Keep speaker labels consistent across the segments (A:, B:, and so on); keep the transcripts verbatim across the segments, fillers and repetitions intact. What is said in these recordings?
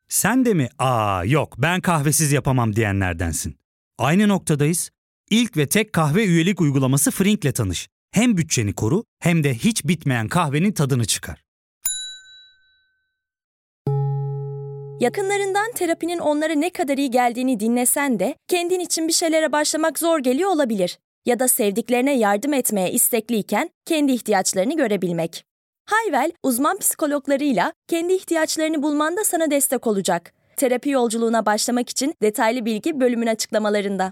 A: Sen de mi "Aa yok ben kahvesiz yapamam" diyenlerdensin? Aynı noktadayız. İlk ve tek kahve üyelik uygulaması Frink'le tanış. Hem bütçeni koru hem de hiç bitmeyen kahvenin tadını çıkar.
B: Yakınlarından terapinin onlara ne kadar iyi geldiğini dinlesen de kendin için bir şeylere başlamak zor geliyor olabilir. Ya da sevdiklerine yardım etmeye istekliyken kendi ihtiyaçlarını görebilmek. Hayvel, uzman psikologlarıyla kendi ihtiyaçlarını bulmanda sana destek olacak. Terapi yolculuğuna başlamak için detaylı bilgi bölümün açıklamalarında.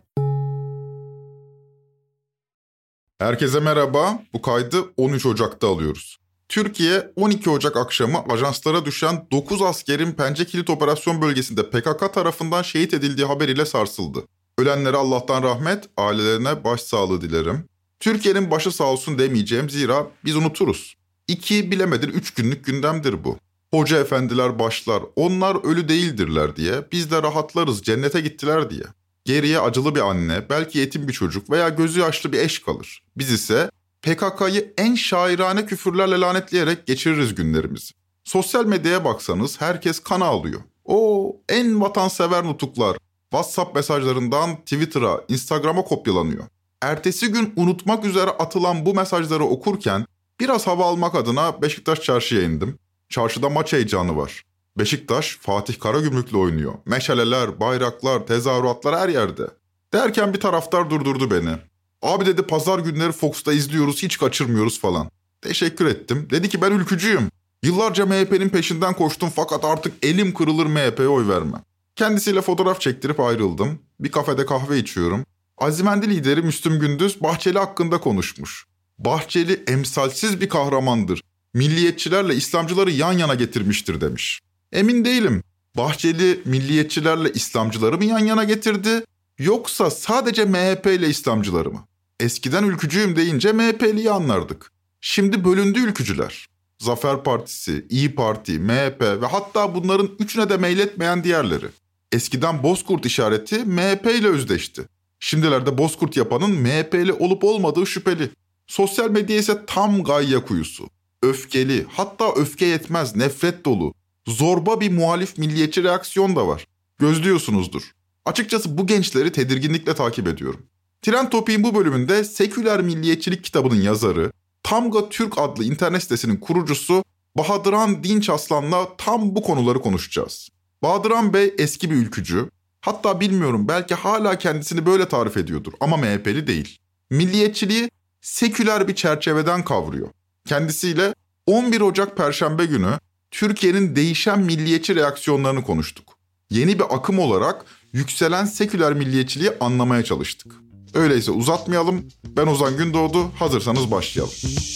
C: Herkese merhaba. Bu kaydı on üç Ocak'ta alıyoruz. Türkiye on iki Ocak akşamı ajanslara düşen dokuz askerin Pençekilit Operasyon Bölgesi'nde P K K tarafından şehit edildiği haberiyle sarsıldı. Ölenlere Allah'tan rahmet, ailelerine başsağlığı dilerim. Türkiye'nin başı sağ olsun demeyeceğim, zira biz unuturuz. İki bilemedin üç günlük gündemdir bu. Hoca efendiler başlar, onlar ölü değildirler diye, biz de rahatlarız, cennete gittiler diye. Geriye acılı bir anne, belki yetim bir çocuk veya gözü yaşlı bir eş kalır. Biz ise P K K'yı en şairane küfürlerle lanetleyerek geçiririz günlerimizi. Sosyal medyaya baksanız herkes kan ağlıyor. O en vatansever nutuklar WhatsApp mesajlarından Twitter'a, Instagram'a kopyalanıyor. Ertesi gün unutmak üzere atılan bu mesajları okurken biraz hava almak adına Beşiktaş çarşıya indim. Çarşıda maç heyecanı var. Beşiktaş Fatih Karagümrük'le oynuyor. Meşaleler, bayraklar, tezahüratlar her yerde. Derken bir taraftar durdurdu beni. Abi dedi, pazar günleri Fox'ta izliyoruz, hiç kaçırmıyoruz falan. Teşekkür ettim. Dedi ki ben ülkücüyüm. Yıllarca M H P'nin peşinden koştum fakat artık elim kırılır M H P'ye oy vermem. Kendisiyle fotoğraf çektirip ayrıldım. Bir kafede kahve içiyorum. Azimendi lideri Müslüm Gündüz Bahçeli hakkında konuşmuş. Bahçeli emsalsiz bir kahramandır. Milliyetçilerle İslamcıları yan yana getirmiştir demiş. Emin değilim. Bahçeli milliyetçilerle İslamcıları mı yan yana getirdi, yoksa sadece M H P ile İslamcıları mı? Eskiden ülkücüyüm deyince M H P'liyi anlardık. Şimdi bölündü ülkücüler. Zafer Partisi, İyi Parti, M H P ve hatta bunların üçüne de meyletmeyen diğerleri. Eskiden Bozkurt işareti M H P ile özdeşti. Şimdilerde Bozkurt yapanın M H P'li olup olmadığı şüpheli. Sosyal medya ise tam gayya kuyusu. Öfkeli, hatta öfke yetmez, nefret dolu, zorba bir muhalif milliyetçi reaksiyon da var. Gözlüyorsunuzdur. Açıkçası bu gençleri tedirginlikle takip ediyorum. Trend Topik'in bu bölümünde Seküler Milliyetçilik kitabının yazarı, Tamga Türk adlı internet sitesinin kurucusu Bahadıran Dinç Aslan'la tam bu konuları konuşacağız. Bahadıran Bey eski bir ülkücü, hatta bilmiyorum belki hala kendisini böyle tarif ediyordur ama M H P'li değil. Milliyetçiliği seküler bir çerçeveden kavruyor. Kendisiyle on bir Ocak Perşembe günü Türkiye'nin değişen milliyetçi reaksiyonlarını konuştuk. Yeni bir akım olarak yükselen seküler milliyetçiliği anlamaya çalıştık. Öyleyse uzatmayalım. Ben Ozan Gündoğdu. Hazırsanız başlayalım.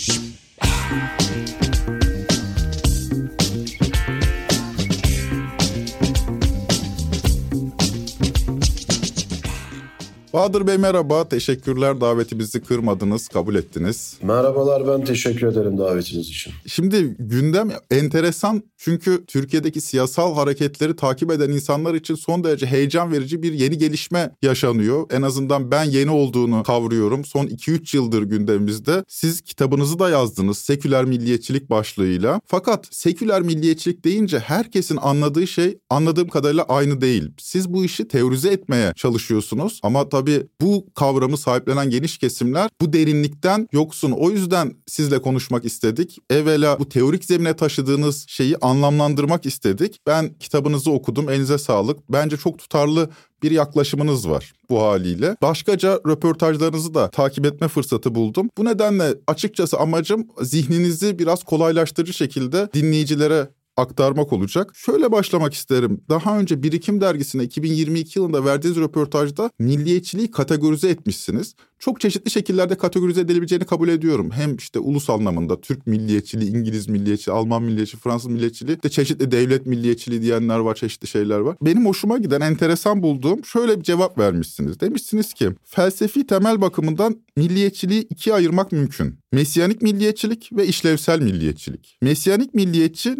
C: Bahadır Bey merhaba, teşekkürler, davetimizi kırmadınız, kabul ettiniz.
D: Merhabalar, ben teşekkür ederim davetiniz için.
C: Şimdi gündem enteresan çünkü Türkiye'deki siyasal hareketleri takip eden insanlar için son derece heyecan verici bir yeni gelişme yaşanıyor. En azından ben yeni olduğunu kavruyorum. Son iki üç yıldır gündemimizde. Siz kitabınızı da yazdınız seküler milliyetçilik başlığıyla. Fakat seküler milliyetçilik deyince herkesin anladığı şey anladığım kadarıyla aynı değil. Siz bu işi teorize etmeye çalışıyorsunuz ama tabii bu kavramı sahiplenen geniş kesimler bu derinlikten yoksun. O yüzden sizle konuşmak istedik. Evvela bu teorik zemine taşıdığınız şeyi anlamlandırmak istedik. Ben kitabınızı okudum, elinize sağlık. Bence çok tutarlı bir yaklaşımınız var bu haliyle. Başkaca röportajlarınızı da takip etme fırsatı buldum. Bu nedenle açıkçası amacım zihninizi biraz kolaylaştırıcı şekilde dinleyicilere aktarmak olacak. Şöyle başlamak isterim. Daha önce Birikim Dergisi'ne iki bin yirmi iki yılında verdiğiniz röportajda milliyetçiliği kategorize etmişsiniz. Çok çeşitli şekillerde kategorize edilebileceğini kabul ediyorum. Hem işte ulus anlamında Türk milliyetçiliği, İngiliz milliyetçiliği, Alman milliyetçiliği, Fransız milliyetçiliği, de çeşitli devlet milliyetçiliği diyenler var, çeşitli şeyler var. Benim hoşuma giden, enteresan bulduğum şöyle bir cevap vermişsiniz. Demişsiniz ki felsefi temel bakımından milliyetçiliği ikiye ayırmak mümkün. Mesyanik milliyetçilik ve işlevsel milliyetçilik. Mesyanik milliyetçi neden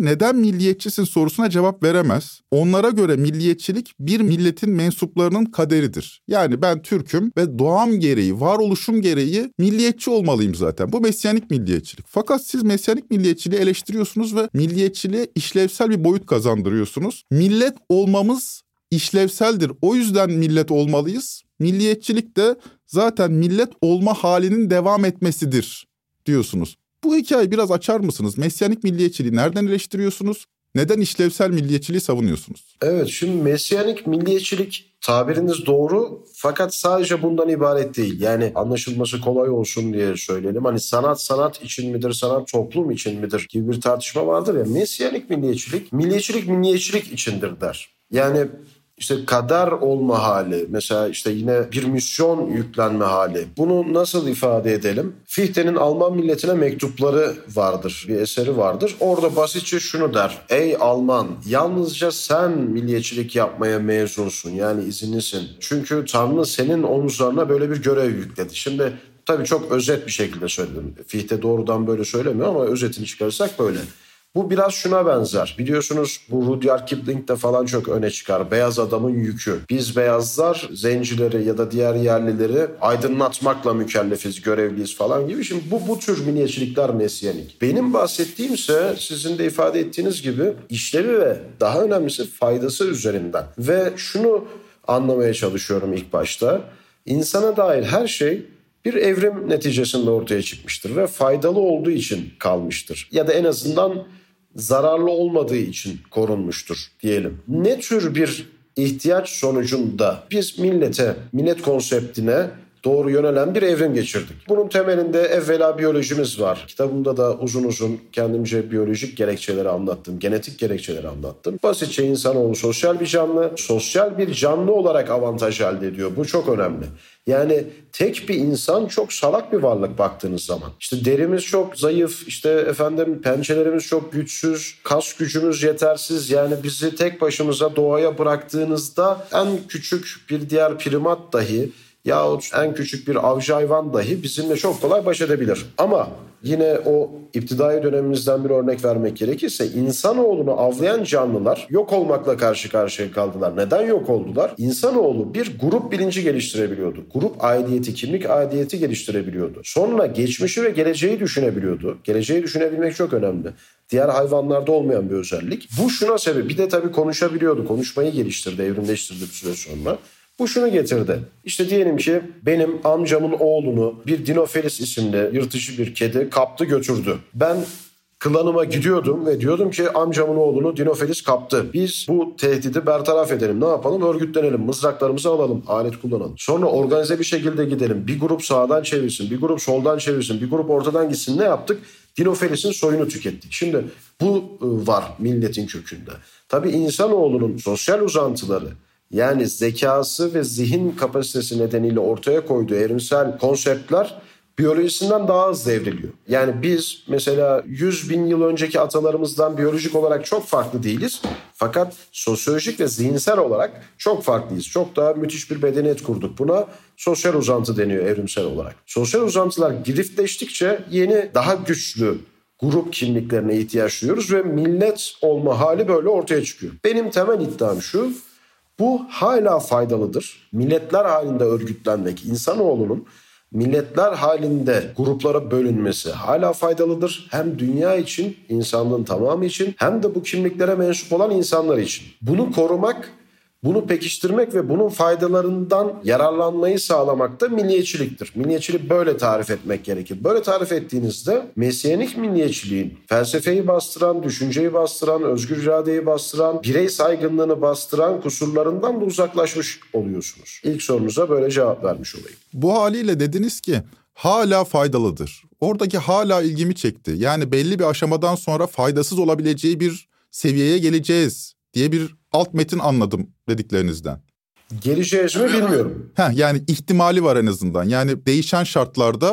C: milliyetçisin sorusuna cevap veremez. Onlara göre milliyetçilik bir milletin mensuplarının kaderidir. Yani ben Türk'üm ve doğam gereği, varoluşum gereği milliyetçi olmalıyım zaten. Bu mesyanik milliyetçilik. Fakat siz mesyanik milliyetçiliği eleştiriyorsunuz ve milliyetçiliğe işlevsel bir boyut kazandırıyorsunuz. Millet olmamız işlevseldir. O yüzden millet olmalıyız. Milliyetçilik de zaten millet olma halinin devam etmesidir diyorsunuz. Bu hikayeyi biraz açar mısınız? Mesyanik milliyetçiliği nereden eleştiriyorsunuz? Neden işlevsel milliyetçiliği savunuyorsunuz?
D: Evet, şimdi mesyanik milliyetçilik tabiriniz doğru fakat sadece bundan ibaret değil. Yani anlaşılması kolay olsun diye söyleyelim. Hani sanat sanat için midir, sanat toplum için midir gibi bir tartışma vardır ya. Mesyanik milliyetçilik, milliyetçilik milliyetçilik içindir der. Yani İşte kader olma hali, mesela işte yine bir misyon yüklenme hali. Bunu nasıl ifade edelim? Fichte'nin Alman milletine mektupları vardır, bir eseri vardır. Orada basitçe şunu der: ey Alman, yalnızca sen milliyetçilik yapmaya mezunsun, yani izinlisin. Çünkü Tanrı senin omuzlarına böyle bir görev yükledi. Şimdi tabii çok özet bir şekilde söyledim. Fichte doğrudan böyle söylemiyor ama özetini çıkarırsak böyle. Bu biraz şuna benzer. Biliyorsunuz bu Rudyard Kipling de falan çok öne çıkar. Beyaz adamın yükü. Biz beyazlar zencileri ya da diğer yerlileri aydınlatmakla mükellefiz, görevliyiz falan gibi. Şimdi bu, bu tür milliyetçilikler mesyanik. Benim bahsettiğimse sizin de ifade ettiğiniz gibi işlevi ve daha önemlisi faydası üzerinden. Ve şunu anlamaya çalışıyorum ilk başta. İnsana dair her şey bir evrim neticesinde ortaya çıkmıştır ve faydalı olduğu için kalmıştır. Ya da en azından zararlı olmadığı için korunmuştur diyelim. Ne tür bir ihtiyaç sonucunda biz millete, millet konseptine doğru yönelen bir evrim geçirdik. Bunun temelinde evvela biyolojimiz var. Kitabımda da uzun uzun kendimce biyolojik gerekçeleri anlattım, genetik gerekçeleri anlattım. Basitçe insanoğlu sosyal bir canlı, sosyal bir canlı olarak avantaj elde ediyor. Bu çok önemli. Yani tek bir insan çok salak bir varlık baktığınız zaman. İşte derimiz çok zayıf, işte efendim pençelerimiz çok güçsüz, kas gücümüz yetersiz. Yani bizi tek başımıza doğaya bıraktığınızda en küçük bir diğer primat dahi yahut en küçük bir avcı hayvan dahi bizimle çok kolay baş edebilir. Ama yine o iptidai dönemimizden bir örnek vermek gerekirse insanoğlunu avlayan canlılar yok olmakla karşı karşıya kaldılar. Neden yok oldular? İnsanoğlu bir grup bilinci geliştirebiliyordu. Grup aidiyeti, kimlik aidiyeti geliştirebiliyordu. Sonra geçmişi ve geleceği düşünebiliyordu. Geleceği düşünebilmek çok önemli. Diğer hayvanlarda olmayan bir özellik. Bu şuna sebep. Bir de tabii konuşabiliyordu. Konuşmayı geliştirdi, evrimleştirdi bir süre sonra. Bu şunu getirdi. İşte diyelim ki benim amcamın oğlunu bir Dinofelis isimli yırtıcı bir kedi kaptı götürdü. Ben klanıma gidiyordum ve diyordum ki amcamın oğlunu Dinofelis kaptı. Biz bu tehdidi bertaraf edelim. Ne yapalım? Örgütlenelim. Mızraklarımızı alalım. Alet kullanalım. Sonra organize bir şekilde gidelim. Bir grup sağdan çevirsin. Bir grup soldan çevirsin. Bir grup ortadan gitsin. Ne yaptık? Dinofelis'in soyunu tükettik. Şimdi bu var milletin kökünde. Tabii insanoğlunun sosyal uzantıları, yani zekası ve zihin kapasitesi nedeniyle ortaya koyduğu evrimsel konseptler biyolojisinden daha hızlı evriliyor. Yani biz mesela yüz bin yıl önceki atalarımızdan biyolojik olarak çok farklı değiliz. Fakat sosyolojik ve zihinsel olarak çok farklıyız. Çok daha müthiş bir medeniyet kurduk. Buna sosyal uzantı deniyor evrimsel olarak. Sosyal uzantılar giriftleştikçe yeni daha güçlü grup kimliklerine ihtiyaç duyuyoruz ve millet olma hali böyle ortaya çıkıyor. Benim temel iddiam şu: bu hala faydalıdır. Milletler halinde örgütlenmek, insanoğlunun milletler halinde gruplara bölünmesi hala faydalıdır. Hem dünya için, insanlığın tamamı için, hem de bu kimliklere mensup olan insanlar için. Bunu korumak, bunu pekiştirmek ve bunun faydalarından yararlanmayı sağlamak da milliyetçiliktir. Milliyetçiliği böyle tarif etmek gerekir. Böyle tarif ettiğinizde mesyanik milliyetçiliğin felsefeyi bastıran, düşünceyi bastıran, özgür iradeyi bastıran, birey saygınlığını bastıran kusurlarından da uzaklaşmış oluyorsunuz. İlk sorunuza böyle cevap vermiş olayım.
C: Bu haliyle dediniz ki hala faydalıdır. Oradaki hala ilgimi çekti. Yani belli bir aşamadan sonra faydasız olabileceği bir seviyeye geleceğiz diye bir alt metin anladım dediklerinizden.
D: Geleceğiz mi bilmiyorum.
C: Heh, yani ihtimali var en azından. Yani değişen şartlarda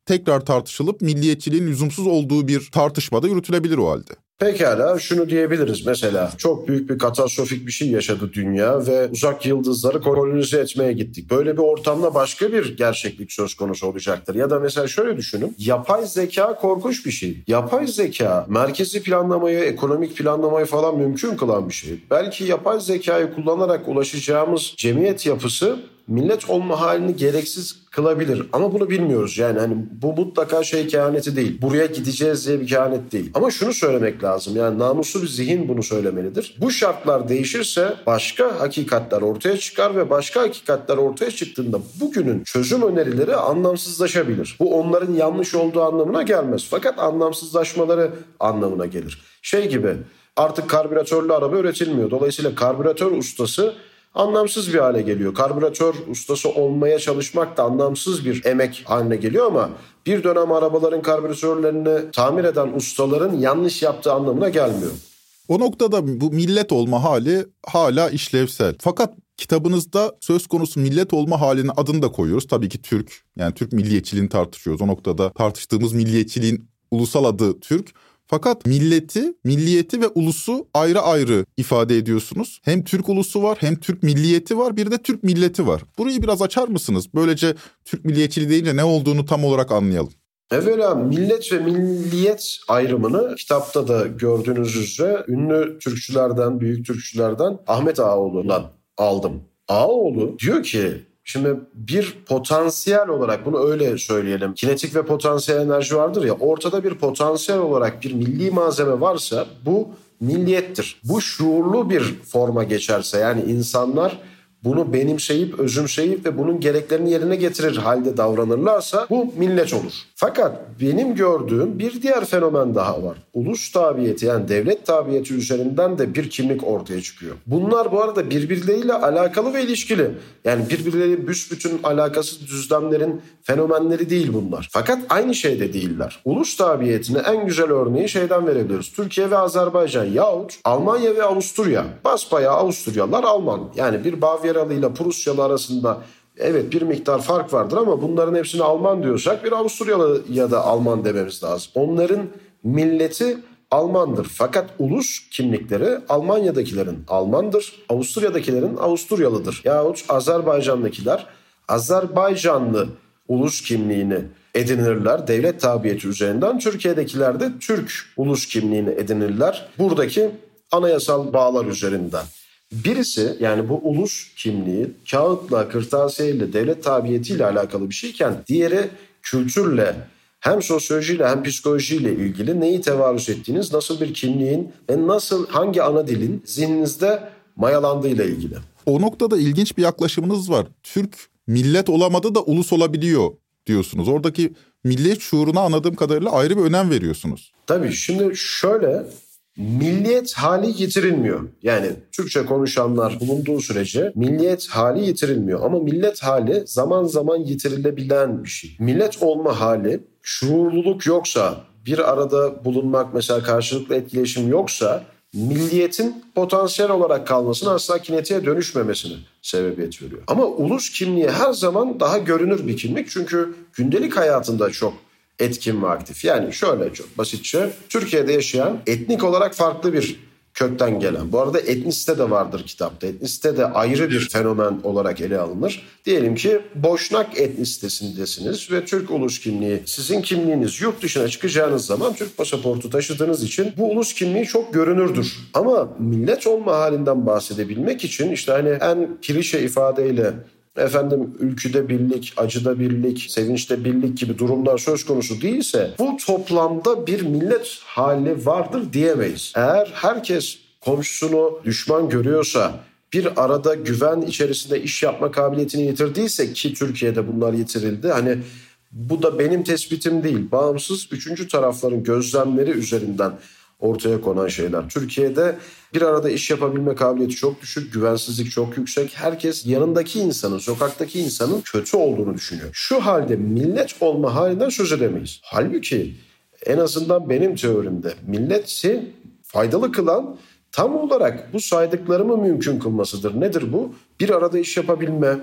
C: tekrar tartışılıp milliyetçiliğin lüzumsuz olduğu bir tartışmada yürütülebilir o halde.
D: Pekala şunu diyebiliriz mesela çok büyük bir katastrofik bir şey yaşadı dünya ve uzak yıldızları kolonize etmeye gittik. Böyle bir ortamda başka bir gerçeklik söz konusu olacaktır. Ya da mesela şöyle düşünün, yapay zeka korkunç bir şey. Yapay zeka merkezi planlamayı, ekonomik planlamayı falan mümkün kılan bir şey. Belki yapay zekayı kullanarak ulaşacağımız cemiyet yapısı millet olma halini gereksiz kılabilir. Ama bunu bilmiyoruz. Yani hani bu mutlaka şey kehaneti değil. Buraya gideceğiz diye bir kehanet değil. Ama şunu söylemek lazım. Yani namuslu bir zihin bunu söylemelidir. Bu şartlar değişirse başka hakikatler ortaya çıkar ve başka hakikatler ortaya çıktığında bugünün çözüm önerileri anlamsızlaşabilir. Bu onların yanlış olduğu anlamına gelmez. Fakat anlamsızlaşmaları anlamına gelir. Şey gibi artık karbüratörlü araba üretilmiyor. Dolayısıyla karbüratör ustası anlamsız bir hale geliyor. Karbüratör ustası olmaya çalışmak da anlamsız bir emek haline geliyor ama bir dönem arabaların karbüratörlerini tamir eden ustaların yanlış yaptığı anlamına gelmiyor.
C: O noktada bu millet olma hali hala işlevsel. Fakat kitabınızda söz konusu millet olma halinin adını da koyuyoruz. Tabii ki Türk, yani Türk milliyetçiliğini tartışıyoruz. O noktada tartıştığımız milliyetçiliğin ulusal adı Türk. Fakat milleti, milliyeti ve ulusu ayrı ayrı ifade ediyorsunuz. Hem Türk ulusu var, hem Türk milliyeti var, bir de Türk milleti var. Burayı biraz açar mısınız? Böylece Türk milliyetçiliği deyince ne olduğunu tam olarak anlayalım.
D: Evvela millet ve milliyet ayrımını kitapta da gördüğünüz üzere ünlü Türkçülerden, büyük Türkçülerden Ahmet Ağaoğlu'ndan aldım. Ağaoğlu diyor ki, şimdi bir potansiyel olarak bunu öyle söyleyelim. Kinetik ve potansiyel enerji vardır ya, ortada bir potansiyel olarak bir milli malzeme varsa bu milliyettir. Bu şuurlu bir forma geçerse, yani insanlar bunu benimseyip, özümseyip ve bunun gereklerini yerine getirir halde davranırlarsa bu millet olur. Fakat benim gördüğüm bir diğer fenomen daha var. Ulus tabiyeti, yani devlet tabiyeti üzerinden de bir kimlik ortaya çıkıyor. Bunlar bu arada birbirleriyle alakalı ve ilişkili. Yani birbirleriyle büsbütün alakasız düzlemlerin fenomenleri değil bunlar. Fakat aynı şeyde değiller. Ulus tabiyetine en güzel örneği şeyden verebiliriz. Türkiye ve Azerbaycan yahut Almanya ve Avusturya. Basbayağı Avusturyalılar Alman. Yani bir Bavyeralı ile Prusyalı arasında evet bir miktar fark vardır ama bunların hepsini Alman diyorsak bir Avusturyalı ya da Alman dememiz lazım. Onların milleti Almandır. Fakat ulus kimlikleri Almanya'dakilerin Almandır, Avusturya'dakilerin Avusturyalıdır. Yahut Azerbaycan'dakiler Azerbaycanlı ulus kimliğini edinirler. Devlet tabiyeti üzerinden. Türkiye'dekiler de Türk ulus kimliğini edinirler. Buradaki anayasal bağlar üzerinden. Birisi, yani bu ulus kimliği kağıtla, kırtasiyeyle, devlet tabiyetiyle alakalı bir şeyken diğeri kültürle, hem sosyolojiyle hem psikolojiyle ilgili neyi tevarüz ettiğiniz, nasıl bir kimliğin ve nasıl hangi ana dilin zihninizde mayalandığıyla ilgili.
C: O noktada ilginç bir yaklaşımınız var. Türk millet olamadı da ulus olabiliyor diyorsunuz. Oradaki milliyet şuuruna anladığım kadarıyla ayrı bir önem veriyorsunuz.
D: Tabii şimdi şöyle, milliyet hali yitirilmiyor. Yani Türkçe konuşanlar bulunduğu sürece milliyet hali yitirilmiyor. Ama millet hali zaman zaman yitirilebilen bir şey. Millet olma hali, şuurluluk yoksa, bir arada bulunmak, mesela karşılıklı etkileşim yoksa, milliyetin potansiyel olarak kalmasına, asla kinetiğe dönüşmemesine sebebiyet veriyor. Ama ulus kimliği her zaman daha görünür bir kimlik. Çünkü gündelik hayatında çok etkin ve aktif. Yani şöyle çok basitçe, Türkiye'de yaşayan etnik olarak farklı bir kökten gelen. Bu arada etnisite de vardır kitapta. Etnisite de ayrı bir fenomen olarak ele alınır. Diyelim ki Boşnak etnisitesindesiniz ve Türk ulus kimliği sizin kimliğiniz. Yurt dışına çıkacağınız zaman Türk pasaportu taşıdığınız için bu ulus kimliği çok görünürdür. Ama millet olma halinden bahsedebilmek için işte hani en klişe ifadeyle efendim ülküde birlik, acıda birlik, sevinçte birlik gibi durumlar söz konusu değilse bu toplamda bir millet hali vardır diyemeyiz. Eğer herkes komşusunu düşman görüyorsa, bir arada güven içerisinde iş yapma kabiliyetini yitirdiyse, ki Türkiye'de bunlar yitirildi. Hani bu da benim tespitim değil, bağımsız üçüncü tarafların gözlemleri üzerinden ortaya konan şeyler. Türkiye'de bir arada iş yapabilme kabiliyeti çok düşük, güvensizlik çok yüksek. Herkes yanındaki insanın, sokaktaki insanın kötü olduğunu düşünüyor. Şu halde millet olma halinden söz edemeyiz. Halbuki en azından benim teorimde milleti faydalı kılan tam olarak bu saydıklarımı mümkün kılmasıdır. Nedir bu? Bir arada iş yapabilme,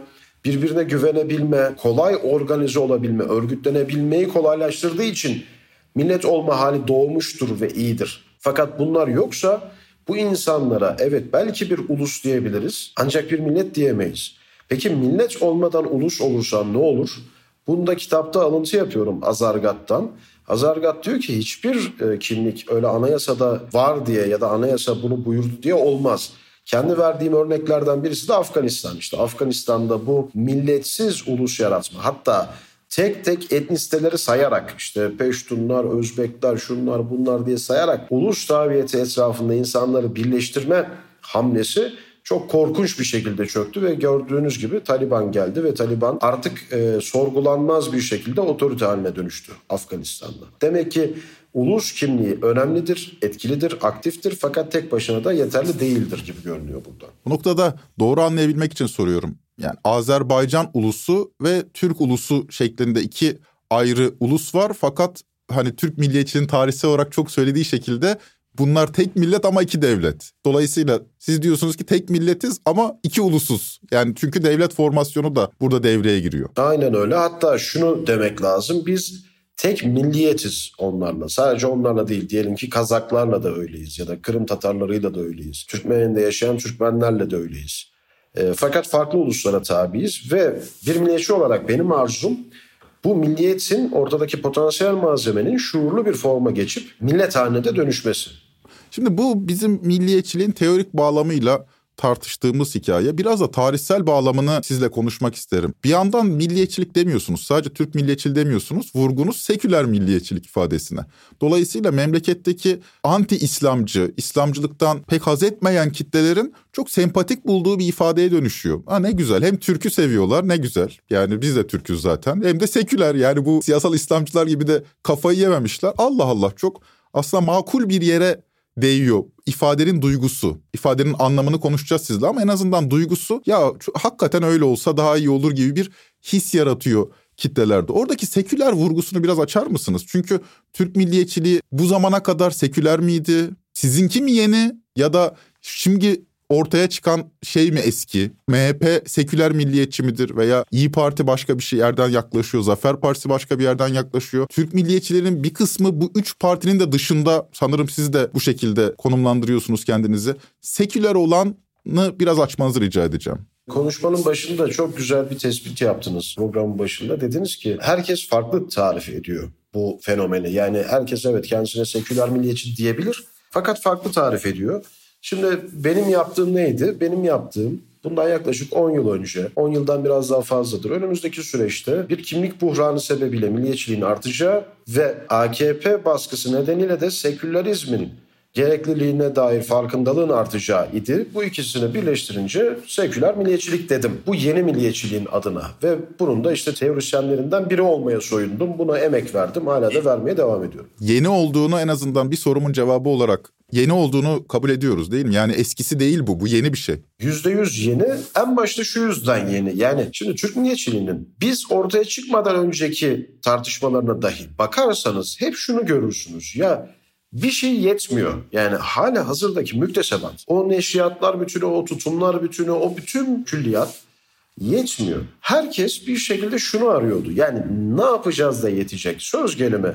D: birbirine güvenebilme, kolay organize olabilme, örgütlenebilmeyi kolaylaştırdığı için millet olma hali doğmuştur ve iyidir. Fakat bunlar yoksa bu insanlara evet belki bir ulus diyebiliriz ancak bir millet diyemeyiz. Peki millet olmadan ulus olursa ne olur? Bunda kitapta alıntı yapıyorum Azargat'tan. Azargat diyor ki hiçbir kimlik öyle anayasada var diye ya da anayasa bunu buyurdu diye olmaz. Kendi verdiğim örneklerden birisi de Afganistan. İşte Afganistan'da bu milletsiz ulus yaratma, hatta tek tek etnisiteleri sayarak, işte Peştunlar, Özbekler, şunlar bunlar diye sayarak ulus tabiyeti etrafında insanları birleştirme hamlesi çok korkunç bir şekilde çöktü ve gördüğünüz gibi Taliban geldi ve Taliban artık e, sorgulanmaz bir şekilde otorite haline dönüştü Afganistan'da. Demek ki ulus kimliği önemlidir, etkilidir, aktiftir fakat tek başına da yeterli değildir gibi görünüyor burada.
C: Bu noktada doğru anlayabilmek için soruyorum. Yani Azerbaycan ulusu ve Türk ulusu şeklinde iki ayrı ulus var fakat hani Türk milliyetçiliğinin tarihsel olarak çok söylediği şekilde bunlar tek millet ama iki devlet. Dolayısıyla siz diyorsunuz ki tek milletiz ama iki ulusuz. Yani çünkü devlet formasyonu da burada devreye giriyor.
D: Aynen öyle. Hatta şunu demek lazım. Biz tek milliyetiz onlarla. Sadece onlarla değil. Diyelim ki Kazaklarla da öyleyiz ya da Kırım Tatarlarıyla da öyleyiz. Türkmen'de yaşayan Türkmenlerle de öyleyiz. E, fakat farklı uluslara tabiiz ve bir milliyetçi olarak benim arzum bu milliyetin ortadaki potansiyel malzemenin şuurlu bir forma geçip millet haline de dönüşmesi.
C: Şimdi bu bizim milliyetçiliğin teorik bağlamıyla tartıştığımız hikaye. Biraz da tarihsel bağlamını sizle konuşmak isterim. Bir yandan milliyetçilik demiyorsunuz. Sadece Türk milliyetçiliği demiyorsunuz. Vurgunuz seküler milliyetçilik ifadesine. Dolayısıyla memleketteki anti-İslamcı, İslamcılıktan pek haz etmeyen kitlelerin çok sempatik bulduğu bir ifadeye dönüşüyor. Ha ne güzel. Hem Türk'ü seviyorlar ne güzel. Yani biz de Türk'üz zaten. Hem de seküler. Yani bu siyasal İslamcılar gibi de kafayı yememişler. Allah Allah, çok aslında makul bir yere değiyor. İfadenin duygusu, ifadenin anlamını konuşacağız sizle ama en azından duygusu ya hakikaten öyle olsa daha iyi olur gibi bir his yaratıyor kitlelerde. Oradaki seküler vurgusunu biraz açar mısınız? Çünkü Türk milliyetçiliği bu zamana kadar seküler miydi? Sizinki mi yeni ya da şimdi ortaya çıkan şey mi eski? M H P seküler milliyetçi midir veya İYİ Parti başka bir şey yerden yaklaşıyor, Zafer Partisi başka bir yerden yaklaşıyor. Türk milliyetçilerin bir kısmı bu üç partinin de dışında, sanırım siz de bu şekilde konumlandırıyorsunuz kendinizi. Seküler olanı biraz açmanızı rica edeceğim.
D: Konuşmanın başında çok güzel bir tespit yaptınız programın başında. Dediniz ki herkes farklı tarif ediyor bu fenomeni. Yani herkes evet kendisine seküler milliyetçi diyebilir fakat farklı tarif ediyor. Şimdi benim yaptığım neydi? Benim yaptığım bundan yaklaşık on yıl önce, on yıldan biraz daha fazladır. Önümüzdeki süreçte bir kimlik buhranı sebebiyle milliyetçiliğin artacağı ve A K P baskısı nedeniyle de sekülerizmin gerekliliğine dair farkındalığın artacağı idi. Bu ikisini birleştirince seküler milliyetçilik dedim. Bu yeni milliyetçiliğin adına ve bunun da işte teorisyenlerinden biri olmaya soyundum. Buna emek verdim. Hala da vermeye devam ediyorum.
C: Yeni olduğunu en azından bir sorumun cevabı olarak yeni olduğunu kabul ediyoruz değil mi? Yani eskisi değil bu. Bu yeni bir şey.
D: Yüzde yüz yeni. En başta şu yüzden yeni. Yani şimdi Türk milliyetçiliğinin biz ortaya çıkmadan önceki tartışmalarına dahi bakarsanız hep şunu görürsünüz. Ya bir şey yetmiyor. Yani hala hazırdaki müktesebat, o neşriyatlar bütünü, o tutumlar bütünü, o bütün külliyat yetmiyor. Herkes bir şekilde şunu arıyordu. Yani ne yapacağız da yetecek? Söz gelimi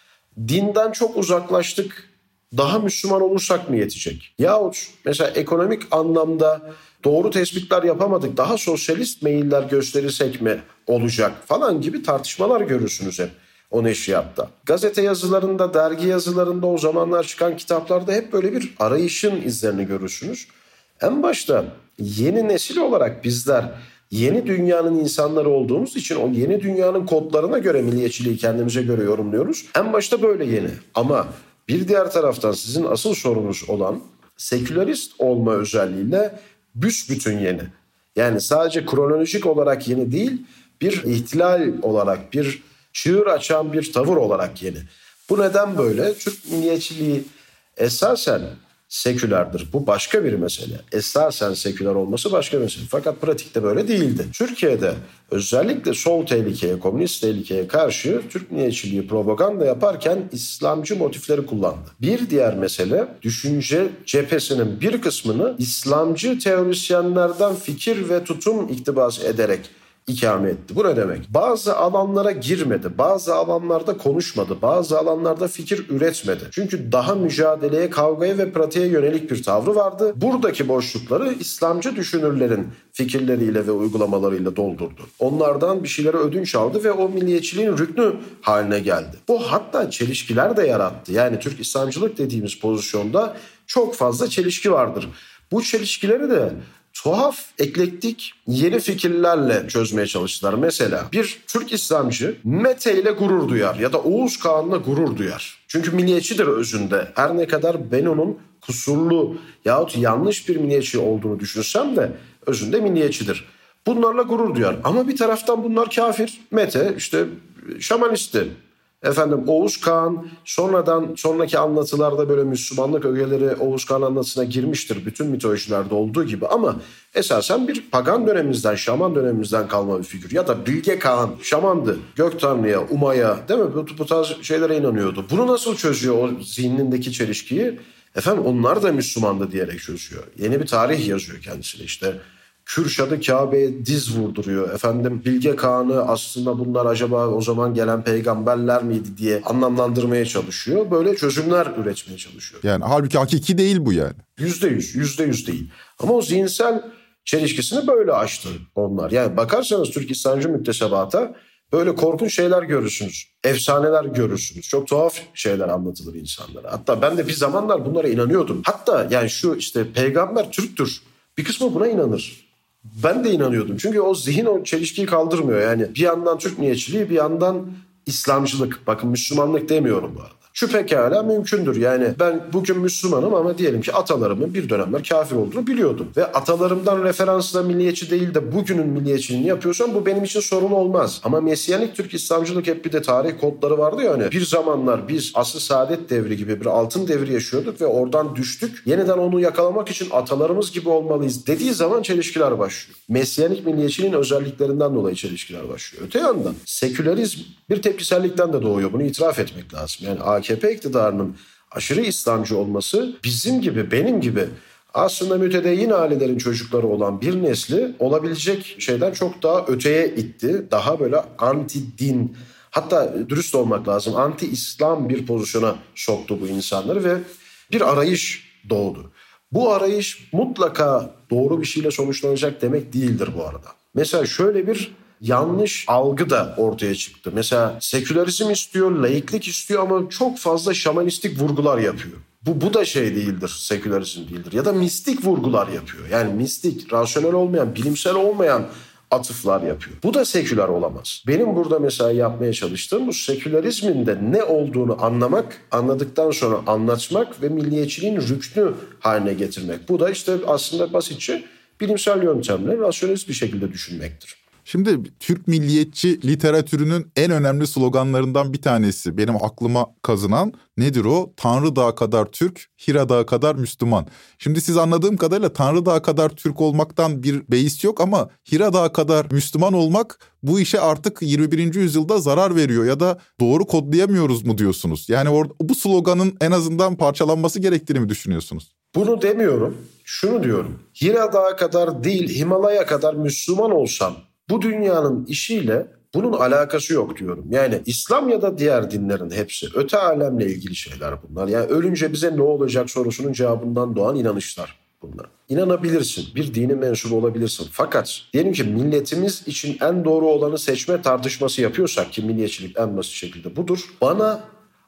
D: dinden çok uzaklaştık, daha Müslüman olursak mı yetecek? Yahut mesela ekonomik anlamda doğru tespitler yapamadık, daha sosyalist meyiller gösterirsek mi olacak falan gibi tartışmalar görürsünüz hep o neşriyatta. Gazete yazılarında, dergi yazılarında, o zamanlar çıkan kitaplarda hep böyle bir arayışın izlerini görürsünüz. En başta yeni nesil olarak bizler yeni dünyanın insanları olduğumuz için o yeni dünyanın kodlarına göre milliyetçiliği kendimize göre yorumluyoruz. En başta böyle yeni ama bir diğer taraftan sizin asıl sorunuz olan sekülerist olma özelliğiyle büsbütün yeni. Yani sadece kronolojik olarak yeni değil, bir ihtilal olarak, bir çığır açan bir tavır olarak yeni. Bu neden böyle? Türk milliyetçiliği esasen sekülerdir. Bu başka bir mesele. Esasen seküler olması başka bir mesele. Fakat pratikte böyle değildi. Türkiye'de özellikle sol tehlikeye, komünist tehlikeye karşı Türk milliyetçiliği propaganda yaparken İslamcı motifleri kullandı. Bir diğer mesele, düşünce cephesinin bir kısmını İslamcı teorisyenlerden fikir ve tutum iktibas ederek ikame etti. Bu ne demek? Bazı alanlara girmedi, bazı alanlarda konuşmadı, bazı alanlarda fikir üretmedi. Çünkü daha mücadeleye, kavgaya ve pratiğe yönelik bir tavrı vardı. Buradaki boşlukları İslamcı düşünürlerin fikirleriyle ve uygulamalarıyla doldurdu. Onlardan bir şeyleri ödünç aldı ve o milliyetçiliğin rüknü haline geldi. Bu hatta çelişkiler de yarattı. Yani Türk İslamcılık dediğimiz pozisyonda çok fazla çelişki vardır. Bu çelişkileri de tuhaf, eklektik, yeni fikirlerle çözmeye çalıştılar. Mesela bir Türk İslamcı Mete ile gurur duyar ya da Oğuz Kağan'la gurur duyar. Çünkü milliyetçidir özünde. Her ne kadar ben onun kusurlu yahut yanlış bir milliyetçi olduğunu düşünsem de özünde milliyetçidir. Bunlarla gurur duyar. Ama bir taraftan bunlar kafir. Mete işte şamanisti. Efendim Oğuz Kağan sonradan sonraki anlatılarda böyle Müslümanlık ögeleri Oğuz Kağan anlatısına girmiştir. Bütün mitolojilerde olduğu gibi ama esasen bir pagan dönemimizden, şaman dönemimizden kalma bir figür. Ya da Bilge Kağan şamandı. Gök Tanrı'ya, Uma'ya değil mi? Bu, bu tarz şeylere inanıyordu. Bunu nasıl çözüyor o zihnindeki çelişkiyi? Efendim onlar da Müslümandı diyerek çözüyor. Yeni bir tarih yazıyor kendisine işte. Kürşad'ı Kabe'ye diz vurduruyor. Efendim Bilge Kağan'ı aslında bunlar acaba o zaman gelen peygamberler miydi diye anlamlandırmaya çalışıyor. Böyle çözümler üretmeye çalışıyor.
C: Yani halbuki hakiki değil bu yani.
D: Yüzde yüz, yüzde yüz değil. Ama o zihinsel çelişkisini böyle aştı onlar. Yani bakarsanız Türk İslamcı müktesebata böyle korkunç şeyler görürsünüz. Efsaneler görürsünüz. Çok tuhaf şeyler anlatılır insanlara. Hatta ben de bir zamanlar bunlara inanıyordum. Hatta yani şu işte peygamber Türktür. Bir kısmı buna inanır. Ben de inanıyordum. Çünkü o zihin o çelişkiyi kaldırmıyor. Yani bir yandan Türk milliyetçiliği bir yandan İslamcılık. Bakın Müslümanlık demiyorum bu arada. Şu pekala mümkündür. Yani ben bugün Müslümanım ama diyelim ki atalarımın bir dönemler kafir olduğunu biliyordum. Ve atalarımdan referansla milliyetçi değil de bugünün milliyetçiliğini yapıyorsam bu benim için sorun olmaz. Ama Mesiyanik Türk İslamcılık hep bir de tarih kodları vardı ya hani. Bir zamanlar biz asr-ı saadet devri gibi bir altın devri yaşıyorduk ve oradan düştük. Yeniden onu yakalamak için atalarımız gibi olmalıyız dediği zaman çelişkiler başlıyor. Mesiyanik milliyetçiliğin özelliklerinden dolayı çelişkiler başlıyor. Öte yandan sekülerizm bir tepkisellikten de doğuyor. Bunu itiraf etmek lazım. Yani A K P iktidarının aşırı İslamcı olması bizim gibi benim gibi aslında mütedeyyin ailelerin çocukları olan bir nesli olabilecek şeyden çok daha öteye itti. Daha böyle anti din hatta dürüst olmak lazım anti İslam bir pozisyona soktu bu insanları ve bir arayış doğdu. Bu arayış mutlaka doğru bir şeyle sonuçlanacak demek değildir bu arada. Mesela şöyle bir yanlış algı da ortaya çıktı. Mesela sekülerizm istiyor, laiklik istiyor ama çok fazla şamanistik vurgular yapıyor. Bu, bu da şey değildir, sekülerizm değildir. Ya da mistik vurgular yapıyor. Yani mistik, rasyonel olmayan, bilimsel olmayan atıflar yapıyor. Bu da seküler olamaz. Benim burada mesela yapmaya çalıştığım bu sekülerizmin de ne olduğunu anlamak, anladıktan sonra anlatmak ve milliyetçiliğin rüknü haline getirmek. Bu da işte aslında basitçe bilimsel yöntemle rasyonelist bir şekilde düşünmektir.
C: Şimdi Türk milliyetçi literatürünün en önemli sloganlarından bir tanesi benim aklıma kazınan nedir o? Tanrı Dağı kadar Türk, Hira Dağı kadar Müslüman. Şimdi siz anladığım kadarıyla Tanrı Dağı kadar Türk olmaktan bir beis yok ama Hira Dağı kadar Müslüman olmak bu işe artık yirmi birinci yüzyılda zarar veriyor ya da doğru kodlayamıyoruz mu diyorsunuz? Yani or- bu sloganın en azından parçalanması gerektiğini mi düşünüyorsunuz?
D: Bunu demiyorum, şunu diyorum. Hira Dağı kadar değil, Himalaya kadar Müslüman olsam bu dünyanın işiyle bunun alakası yok diyorum. Yani İslam ya da diğer dinlerin hepsi öte alemle ilgili şeyler bunlar. Yani ölünce bize ne olacak sorusunun cevabından doğan inanışlar bunlar. İnanabilirsin, bir dinin mensubu olabilirsin. Fakat diyelim ki milletimiz için en doğru olanı seçme tartışması yapıyorsak ki milliyetçilik en basit şekilde budur. Bana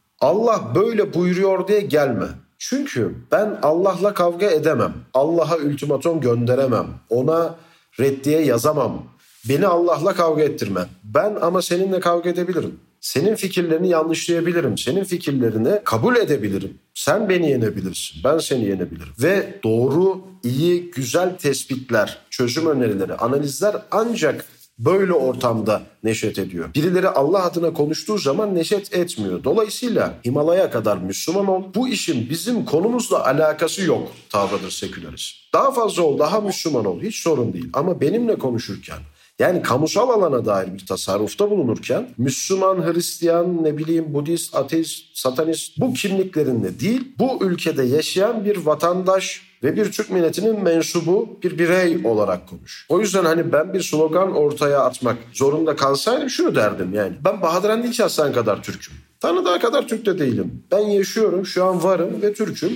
D: Allah böyle buyuruyor diye gelme. Çünkü ben Allah'la kavga edemem. Allah'a ultimatom gönderemem. Ona reddiye yazamam. Beni Allah'la kavga ettirme. Ben ama seninle kavga edebilirim. Senin fikirlerini yanlışlayabilirim. Senin fikirlerini kabul edebilirim. Sen beni yenebilirsin. Ben seni yenebilirim. Ve doğru, iyi, güzel tespitler, çözüm önerileri, analizler ancak böyle ortamda neşet ediyor. Birileri Allah adına konuştuğu zaman neşet etmiyor. Dolayısıyla Himalaya kadar Müslüman ol. Bu işin bizim konumuzla alakası yok tavrıdır sekülerizm. Daha fazla ol, daha Müslüman ol. Hiç sorun değil. Ama benimle konuşurken Yani kamusal alana dair bir tasarrufta bulunurken Müslüman, Hristiyan, ne bileyim Budist, ateist, satanist bu kimliklerinle değil, bu ülkede yaşayan bir vatandaş ve bir Türk milletinin mensubu bir birey olarak konuş. O yüzden hani ben bir slogan ortaya atmak zorunda kalsaydım şunu derdim yani. Ben Bahadır Endilci Aslan kadar Türk'üm. Tanıdığı kadar Türk de değilim. Ben yaşıyorum, şu an varım ve Türk'üm.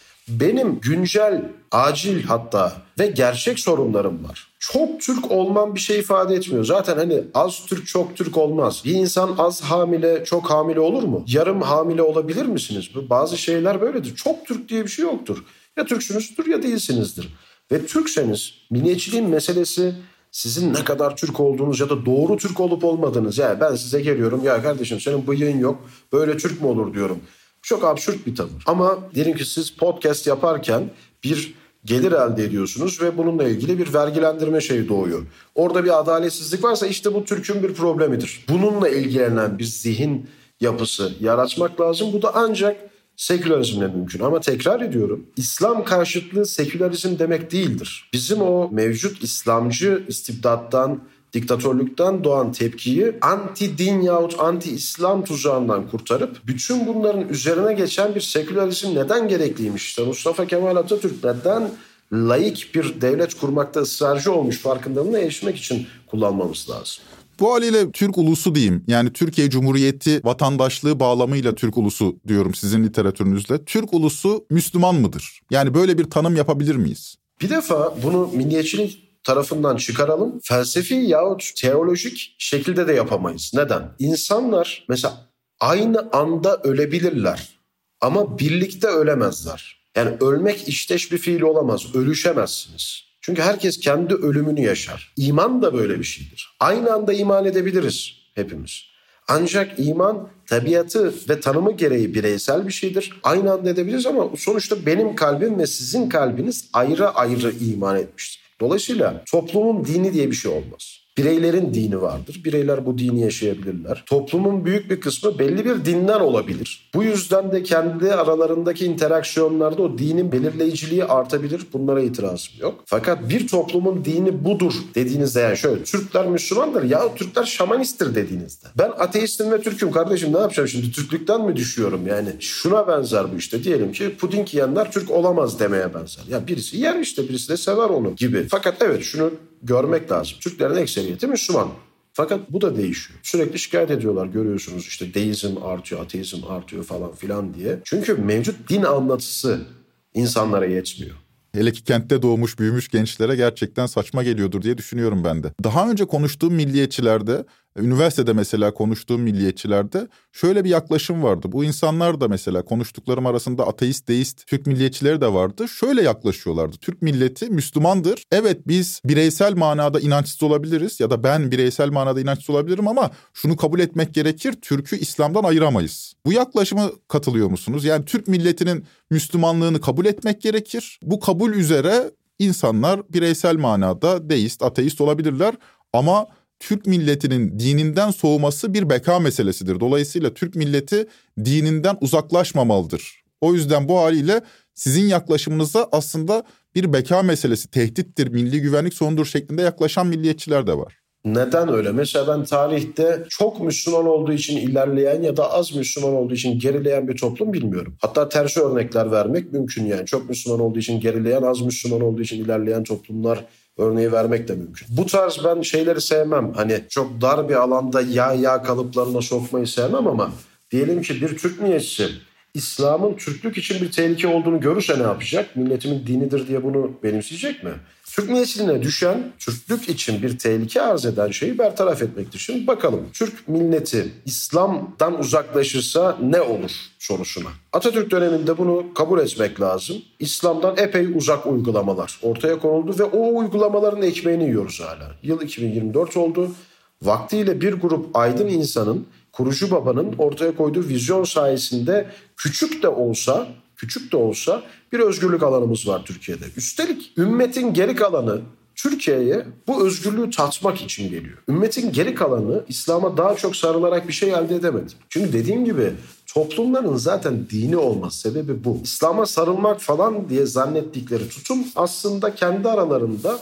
D: Benim güncel, acil hatta ve gerçek sorunlarım var. Çok Türk olmam bir şey ifade etmiyor. Zaten hani az Türk çok Türk olmaz. Bir insan az hamile çok hamile olur mu? Yarım hamile olabilir misiniz? Bazı şeyler böyledir. Çok Türk diye bir şey yoktur. Ya Türksünüzdür ya değilsinizdir. Ve Türkseniz milliyetçiliğin meselesi sizin ne kadar Türk olduğunuz ya da doğru Türk olup olmadığınız. Yani ben size geliyorum ya kardeşim senin bıyığın yok böyle Türk mü olur diyorum. Çok absürt bir tavır. Ama diyelim ki siz podcast yaparken bir gelir elde ediyorsunuz ve bununla ilgili bir vergilendirme şeyi doğuyor. Orada bir adaletsizlik varsa işte bu Türk'ün bir problemidir. Bununla ilgilenen bir zihin yapısı yaratmak lazım. Bu da ancak sekülerizmle mümkün. Ama tekrar ediyorum, İslam karşıtlığı sekülerizm demek değildir. Bizim o mevcut İslamcı istibdattan, diktatörlükten doğan tepkiyi anti-din yahut anti-İslam tuzağından kurtarıp bütün bunların üzerine geçen bir sekülerizm neden gerekliymiş? İşte Mustafa Kemal Atatürk neden laik bir devlet kurmakta ısrarcı olmuş farkındalığına erişmek için kullanmamız lazım.
C: Bu haliyle Türk ulusu diyeyim. Yani Türkiye Cumhuriyeti vatandaşlığı bağlamıyla Türk ulusu diyorum sizin literatürünüzle. Türk ulusu Müslüman mıdır? Yani böyle bir tanım yapabilir miyiz?
D: Bir defa bunu milliyetçilik tarafından çıkaralım. Felsefi yahut teolojik şekilde de yapamayız. Neden? İnsanlar mesela aynı anda ölebilirler ama birlikte ölemezler. Yani ölmek işteş bir fiil olamaz. Ölüşemezsiniz. Çünkü herkes kendi ölümünü yaşar. İman da böyle bir şeydir. Aynı anda iman edebiliriz hepimiz. Ancak iman tabiatı ve tanımı gereği bireysel bir şeydir. Aynı anda edebiliriz ama sonuçta benim kalbim ve sizin kalbiniz ayrı ayrı iman etmiştir. Dolayısıyla toplumun dini diye bir şey olmaz. Bireylerin dini vardır. Bireyler bu dini yaşayabilirler. Toplumun büyük bir kısmı belli bir dinden olabilir. Bu yüzden de kendi aralarındaki interaksiyonlarda o dinin belirleyiciliği artabilir. Bunlara itirazım yok. Fakat bir toplumun dini budur dediğinizde yani şöyle Türkler Müslümandır ya Türkler şamanisttir dediğinizde. Ben ateistim ve Türk'üm kardeşim ne yapacağım şimdi Türklükten mi düşüyorum yani şuna benzer bu işte diyelim ki puding yiyenler Türk olamaz demeye benzer. Ya birisi yer işte birisi de sever onu gibi. Fakat evet şunu görmek lazım. Türklerin ekseriyeti Müslüman. Fakat bu da değişiyor. Sürekli şikayet ediyorlar görüyorsunuz işte deizm artıyor, ateizm artıyor falan filan diye. Çünkü mevcut din anlatısı insanlara yetmiyor.
C: Hele ki kentte doğmuş büyümüş gençlere gerçekten saçma geliyordur diye düşünüyorum ben de. Daha önce konuştuğum milliyetçilerde, üniversitede mesela konuştuğum milliyetçilerde şöyle bir yaklaşım vardı. Bu insanlar da mesela konuştuklarım arasında ateist, deist Türk milliyetçileri de vardı. Şöyle yaklaşıyorlardı. Türk milleti Müslümandır. Evet biz bireysel manada inançsız olabiliriz ya da ben bireysel manada inançsız olabilirim ama şunu kabul etmek gerekir. Türk'ü İslam'dan ayıramayız. Bu yaklaşıma katılıyor musunuz? Yani Türk milletinin Müslümanlığını kabul etmek gerekir. Bu kabul üzere insanlar bireysel manada deist, ateist olabilirler ama Türk milletinin dininden soğuması bir beka meselesidir. Dolayısıyla Türk milleti dininden uzaklaşmamalıdır. O yüzden bu haliyle sizin yaklaşımınıza aslında bir beka meselesi, tehdittir, milli güvenlik sorunudur şeklinde yaklaşan milliyetçiler de var.
D: Neden öyle? Mesela ben tarihte çok Müslüman olduğu için ilerleyen ya da az Müslüman olduğu için gerileyen bir toplum bilmiyorum. Hatta tersi örnekler vermek mümkün yani. Çok Müslüman olduğu için gerileyen, az Müslüman olduğu için ilerleyen toplumlar örneği vermek de mümkün. Bu tarz ben şeyleri sevmem. Hani çok dar bir alanda ya ya kalıplarına sokmayı sevmem ama diyelim ki bir Türk milliyetçisi İslam'ın Türklük için bir tehlike olduğunu görürse ne yapacak? Milletimin dinidir diye bunu benimseyecek mi? Türk milliyetçiliğine düşen Türklük için bir tehlike arz eden şeyi bertaraf etmektir. Şimdi bakalım Türk milleti İslam'dan uzaklaşırsa ne olur sorusuna. Atatürk döneminde bunu kabul etmek lazım. İslam'dan epey uzak uygulamalar ortaya konuldu ve o uygulamaların ekmeğini yiyoruz hala. Yıl iki bin yirmi dört oldu. Vaktiyle bir grup aydın insanın, kurucu babanın ortaya koyduğu vizyon sayesinde küçük de olsa, küçük de olsa bir özgürlük alanımız var Türkiye'de. Üstelik ümmetin geri kalanı Türkiye'ye bu özgürlüğü tatmak için geliyor. Ümmetin geri kalanı İslam'a daha çok sarılarak bir şey elde edemedi. Çünkü dediğim gibi toplumların zaten dini olması sebebi bu. İslam'a sarılmak falan diye zannettikleri tutum aslında kendi aralarında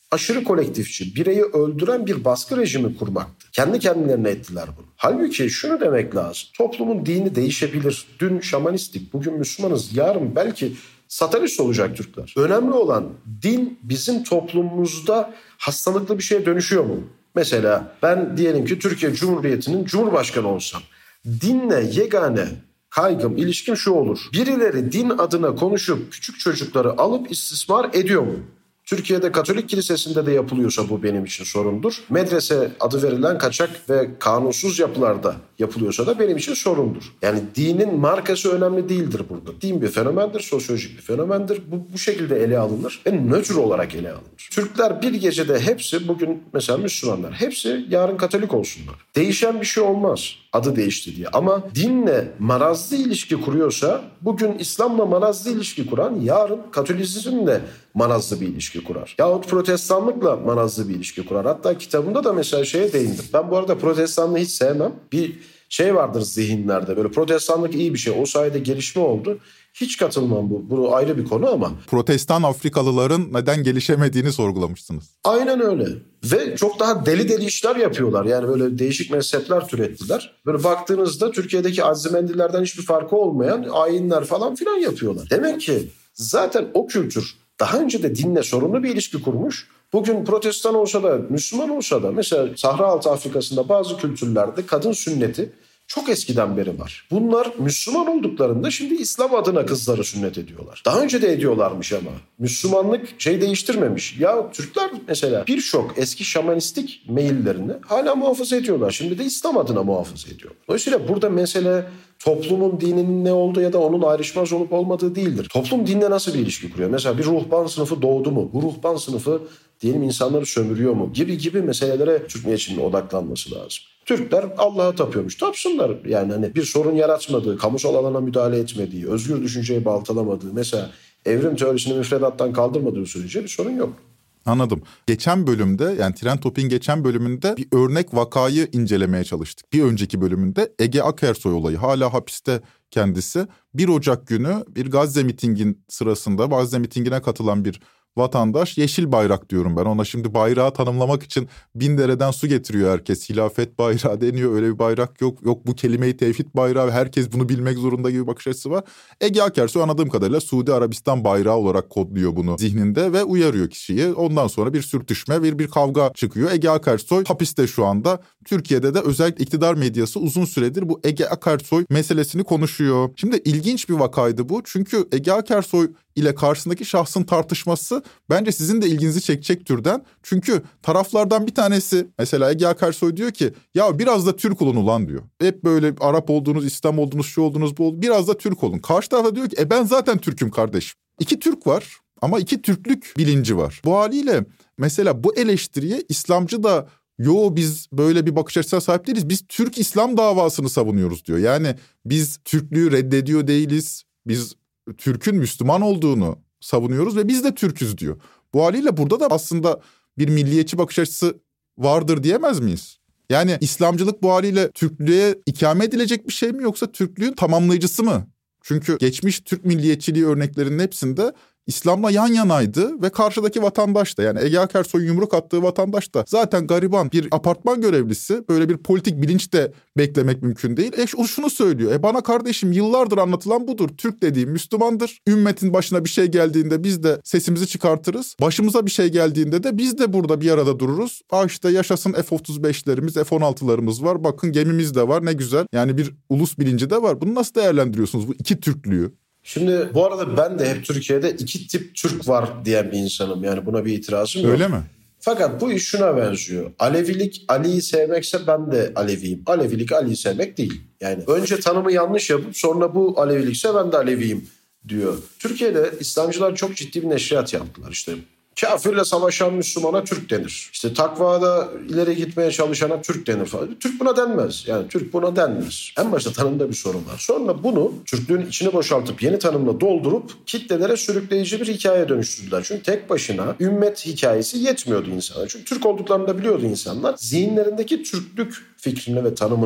D: aşırı kolektifçi, bireyi öldüren bir baskı rejimi kurmaktı. Kendi kendilerine ettiler bunu. Halbuki şunu demek lazım. Toplumun dini değişebilir. Dün şamanistik, bugün Müslümanız, yarın belki satanist olacak Türkler. Önemli olan din bizim toplumumuzda hastalıklı bir şeye dönüşüyor mu? Mesela ben diyelim ki Türkiye Cumhuriyeti'nin Cumhurbaşkanı olsam, dinle yegane kaygım, ilişkim şu olur. Birileri din adına konuşup küçük çocukları alıp istismar ediyor mu? Türkiye'de Katolik Kilisesi'nde de yapılıyorsa bu benim için sorundur. Medrese adı verilen kaçak ve kanunsuz yapılarda yapılıyorsa da benim için sorundur. Yani dinin markası önemli değildir burada. Din bir fenomendir, sosyolojik bir fenomendir. Bu, bu şekilde ele alınır ve nötr olarak ele alınır. Türkler bir gecede hepsi, bugün mesela Müslümanlar, hepsi yarın Katolik olsunlar. Değişen bir şey olmaz adı değişti diye. Ama dinle marazlı ilişki kuruyorsa, bugün İslam'la marazlı ilişki kuran yarın Katolizmle marazlı bir ilişki kurar. Yahut Protestanlıkla marazlı bir ilişki kurar. Hatta kitabımda da mesela şeye değindim. Ben bu arada Protestanlığı hiç sevmem. Bir şey vardır zihinlerde, böyle Protestanlık iyi bir şey, o sayede gelişme oldu. Hiç katılmam bu. Bu ayrı bir konu ama.
C: Protestan Afrikalıların neden gelişemediğini sorgulamışsınız.
D: Aynen öyle. Ve çok daha deli deli işler yapıyorlar. Yani böyle değişik mezhepler türettiler. Böyle baktığınızda Türkiye'deki Azimendilerden hiçbir farkı olmayan ayinler falan filan yapıyorlar. Demek ki zaten o kültür daha önce de dinle sorunlu bir ilişki kurmuş. Bugün Protestan olsa da, Müslüman olsa da, mesela Sahra-Altı Afrika'sında bazı kültürlerde kadın sünneti çok eskiden beri var. Bunlar Müslüman olduklarında şimdi İslam adına kızları sünnet ediyorlar. Daha önce de ediyorlarmış ama. Müslümanlık şey değiştirmemiş. Ya Türkler mesela birçok eski şamanistik meyillerini hala muhafaza ediyorlar. Şimdi de İslam adına muhafaza ediyorlar. Dolayısıyla burada mesele toplumun dininin ne olduğu ya da onun ayrışmaz olup olmadığı değildir. Toplum dinle nasıl bir ilişki kuruyor? Mesela bir ruhban sınıfı doğdu mu? Bu ruhban sınıfı diyelim insanları sömürüyor mu? Gibi gibi meselelere Türk milliyetçiliğinin odaklanması lazım. Türkler Allah'a tapıyormuş. Tapsınlar. Yani hani bir sorun yaratmadığı, kamusal alana müdahale etmediği, özgür düşünceyi baltalamadığı, mesela evrim teorisini müfredattan kaldırmadığı sürece bir sorun yok.
C: Anladım. Geçen bölümde, yani Trend Topik'in geçen bölümünde bir örnek vakayı incelemeye çalıştık. Bir önceki bölümünde Ege Akersoy olayı, hala hapiste kendisi. bir Ocak günü bir Gazze mitingin sırasında, Gazze mitingine katılan bir vatandaş, yeşil bayrak diyorum ben ona, şimdi bayrağı tanımlamak için bin dereden su getiriyor herkes. Hilafet bayrağı deniyor, öyle bir bayrak yok. Yok bu kelime-i tevhid bayrağı, herkes bunu bilmek zorunda gibi bakış açısı var. Ege Akersoy anladığım kadarıyla Suudi Arabistan bayrağı olarak kodluyor bunu zihninde ve uyarıyor kişiyi. Ondan sonra bir sürtüşme, bir, bir kavga çıkıyor. Ege Akersoy hapiste şu anda. Türkiye'de de özellikle iktidar medyası uzun süredir bu Ege Akersoy meselesini konuşuyor. Şimdi ilginç bir vakaydı bu. Çünkü Ege Akersoy ile karşısındaki şahsın tartışması bence sizin de ilginizi çekecek türden. Çünkü taraflardan bir tanesi, mesela Ege Akersoy diyor ki ya biraz da Türk olun ulan diyor. Hep böyle Arap olduğunuz, İslam olduğunuz, şu olduğunuz, bu olduğunuz, biraz da Türk olun. Karşı tarafta diyor ki e ben zaten Türk'üm kardeşim. İki Türk var ama iki Türklük bilinci var. Bu haliyle mesela bu eleştiriye İslamcı da yo biz böyle bir bakış açısına sahip değiliz. Biz Türk İslam davasını savunuyoruz diyor. Yani biz Türklüğü reddediyor değiliz. Biz Türk'ün Müslüman olduğunu savunuyoruz ve biz de Türk'üz diyor. Bu haliyle burada da aslında bir milliyetçi bakış açısı vardır diyemez miyiz? Yani İslamcılık bu haliyle Türklüğe ikame edilecek bir şey mi, yoksa Türklüğün tamamlayıcısı mı? Çünkü geçmiş Türk milliyetçiliği örneklerinin hepsinde İslam'la yan yanaydı ve karşıdaki vatandaş da, yani Ege Akersoy'un yumruk attığı vatandaş da zaten gariban bir apartman görevlisi, böyle bir politik bilinç de beklemek mümkün değil. E şunu söylüyor, e bana kardeşim yıllardır anlatılan budur, Türk dediğim Müslümandır. Ümmetin başına bir şey geldiğinde biz de sesimizi çıkartırız. Başımıza bir şey geldiğinde de biz de burada bir arada dururuz. Aa işte yaşasın F otuz beşlerimiz, F on altılarımız var, bakın gemimiz de var, ne güzel. Yani bir ulus bilinci de var. Bunu nasıl değerlendiriyorsunuz, bu iki Türklüğü?
D: Şimdi bu arada ben de hep Türkiye'de iki tip Türk var diyen bir insanım. Yani buna bir itirazım yok.
C: Öyle mi?
D: Fakat bu iş şuna benziyor. Alevilik Ali'yi sevmekse ben de Aleviyim. Alevilik Ali'yi sevmek değil. Yani önce tanımı yanlış yapıp sonra bu Alevilikse ben de Aleviyim diyor. Türkiye'de İslamcılar çok ciddi bir neşriyat yaptılar. İşte kafirle savaşan Müslümana Türk denir. İşte takvada ileri gitmeye çalışana Türk denir falan. Türk buna denmez. Yani Türk buna denmez. En başta tanımda bir sorun var. Sonra bunu Türklüğün içini boşaltıp yeni tanımla doldurup kitlelere sürükleyici bir hikaye dönüştürdüler. Çünkü tek başına ümmet hikayesi yetmiyordu insana. Çünkü Türk olduklarını da biliyordu insanlar. Zihinlerindeki Türklük fikrini ve tanımını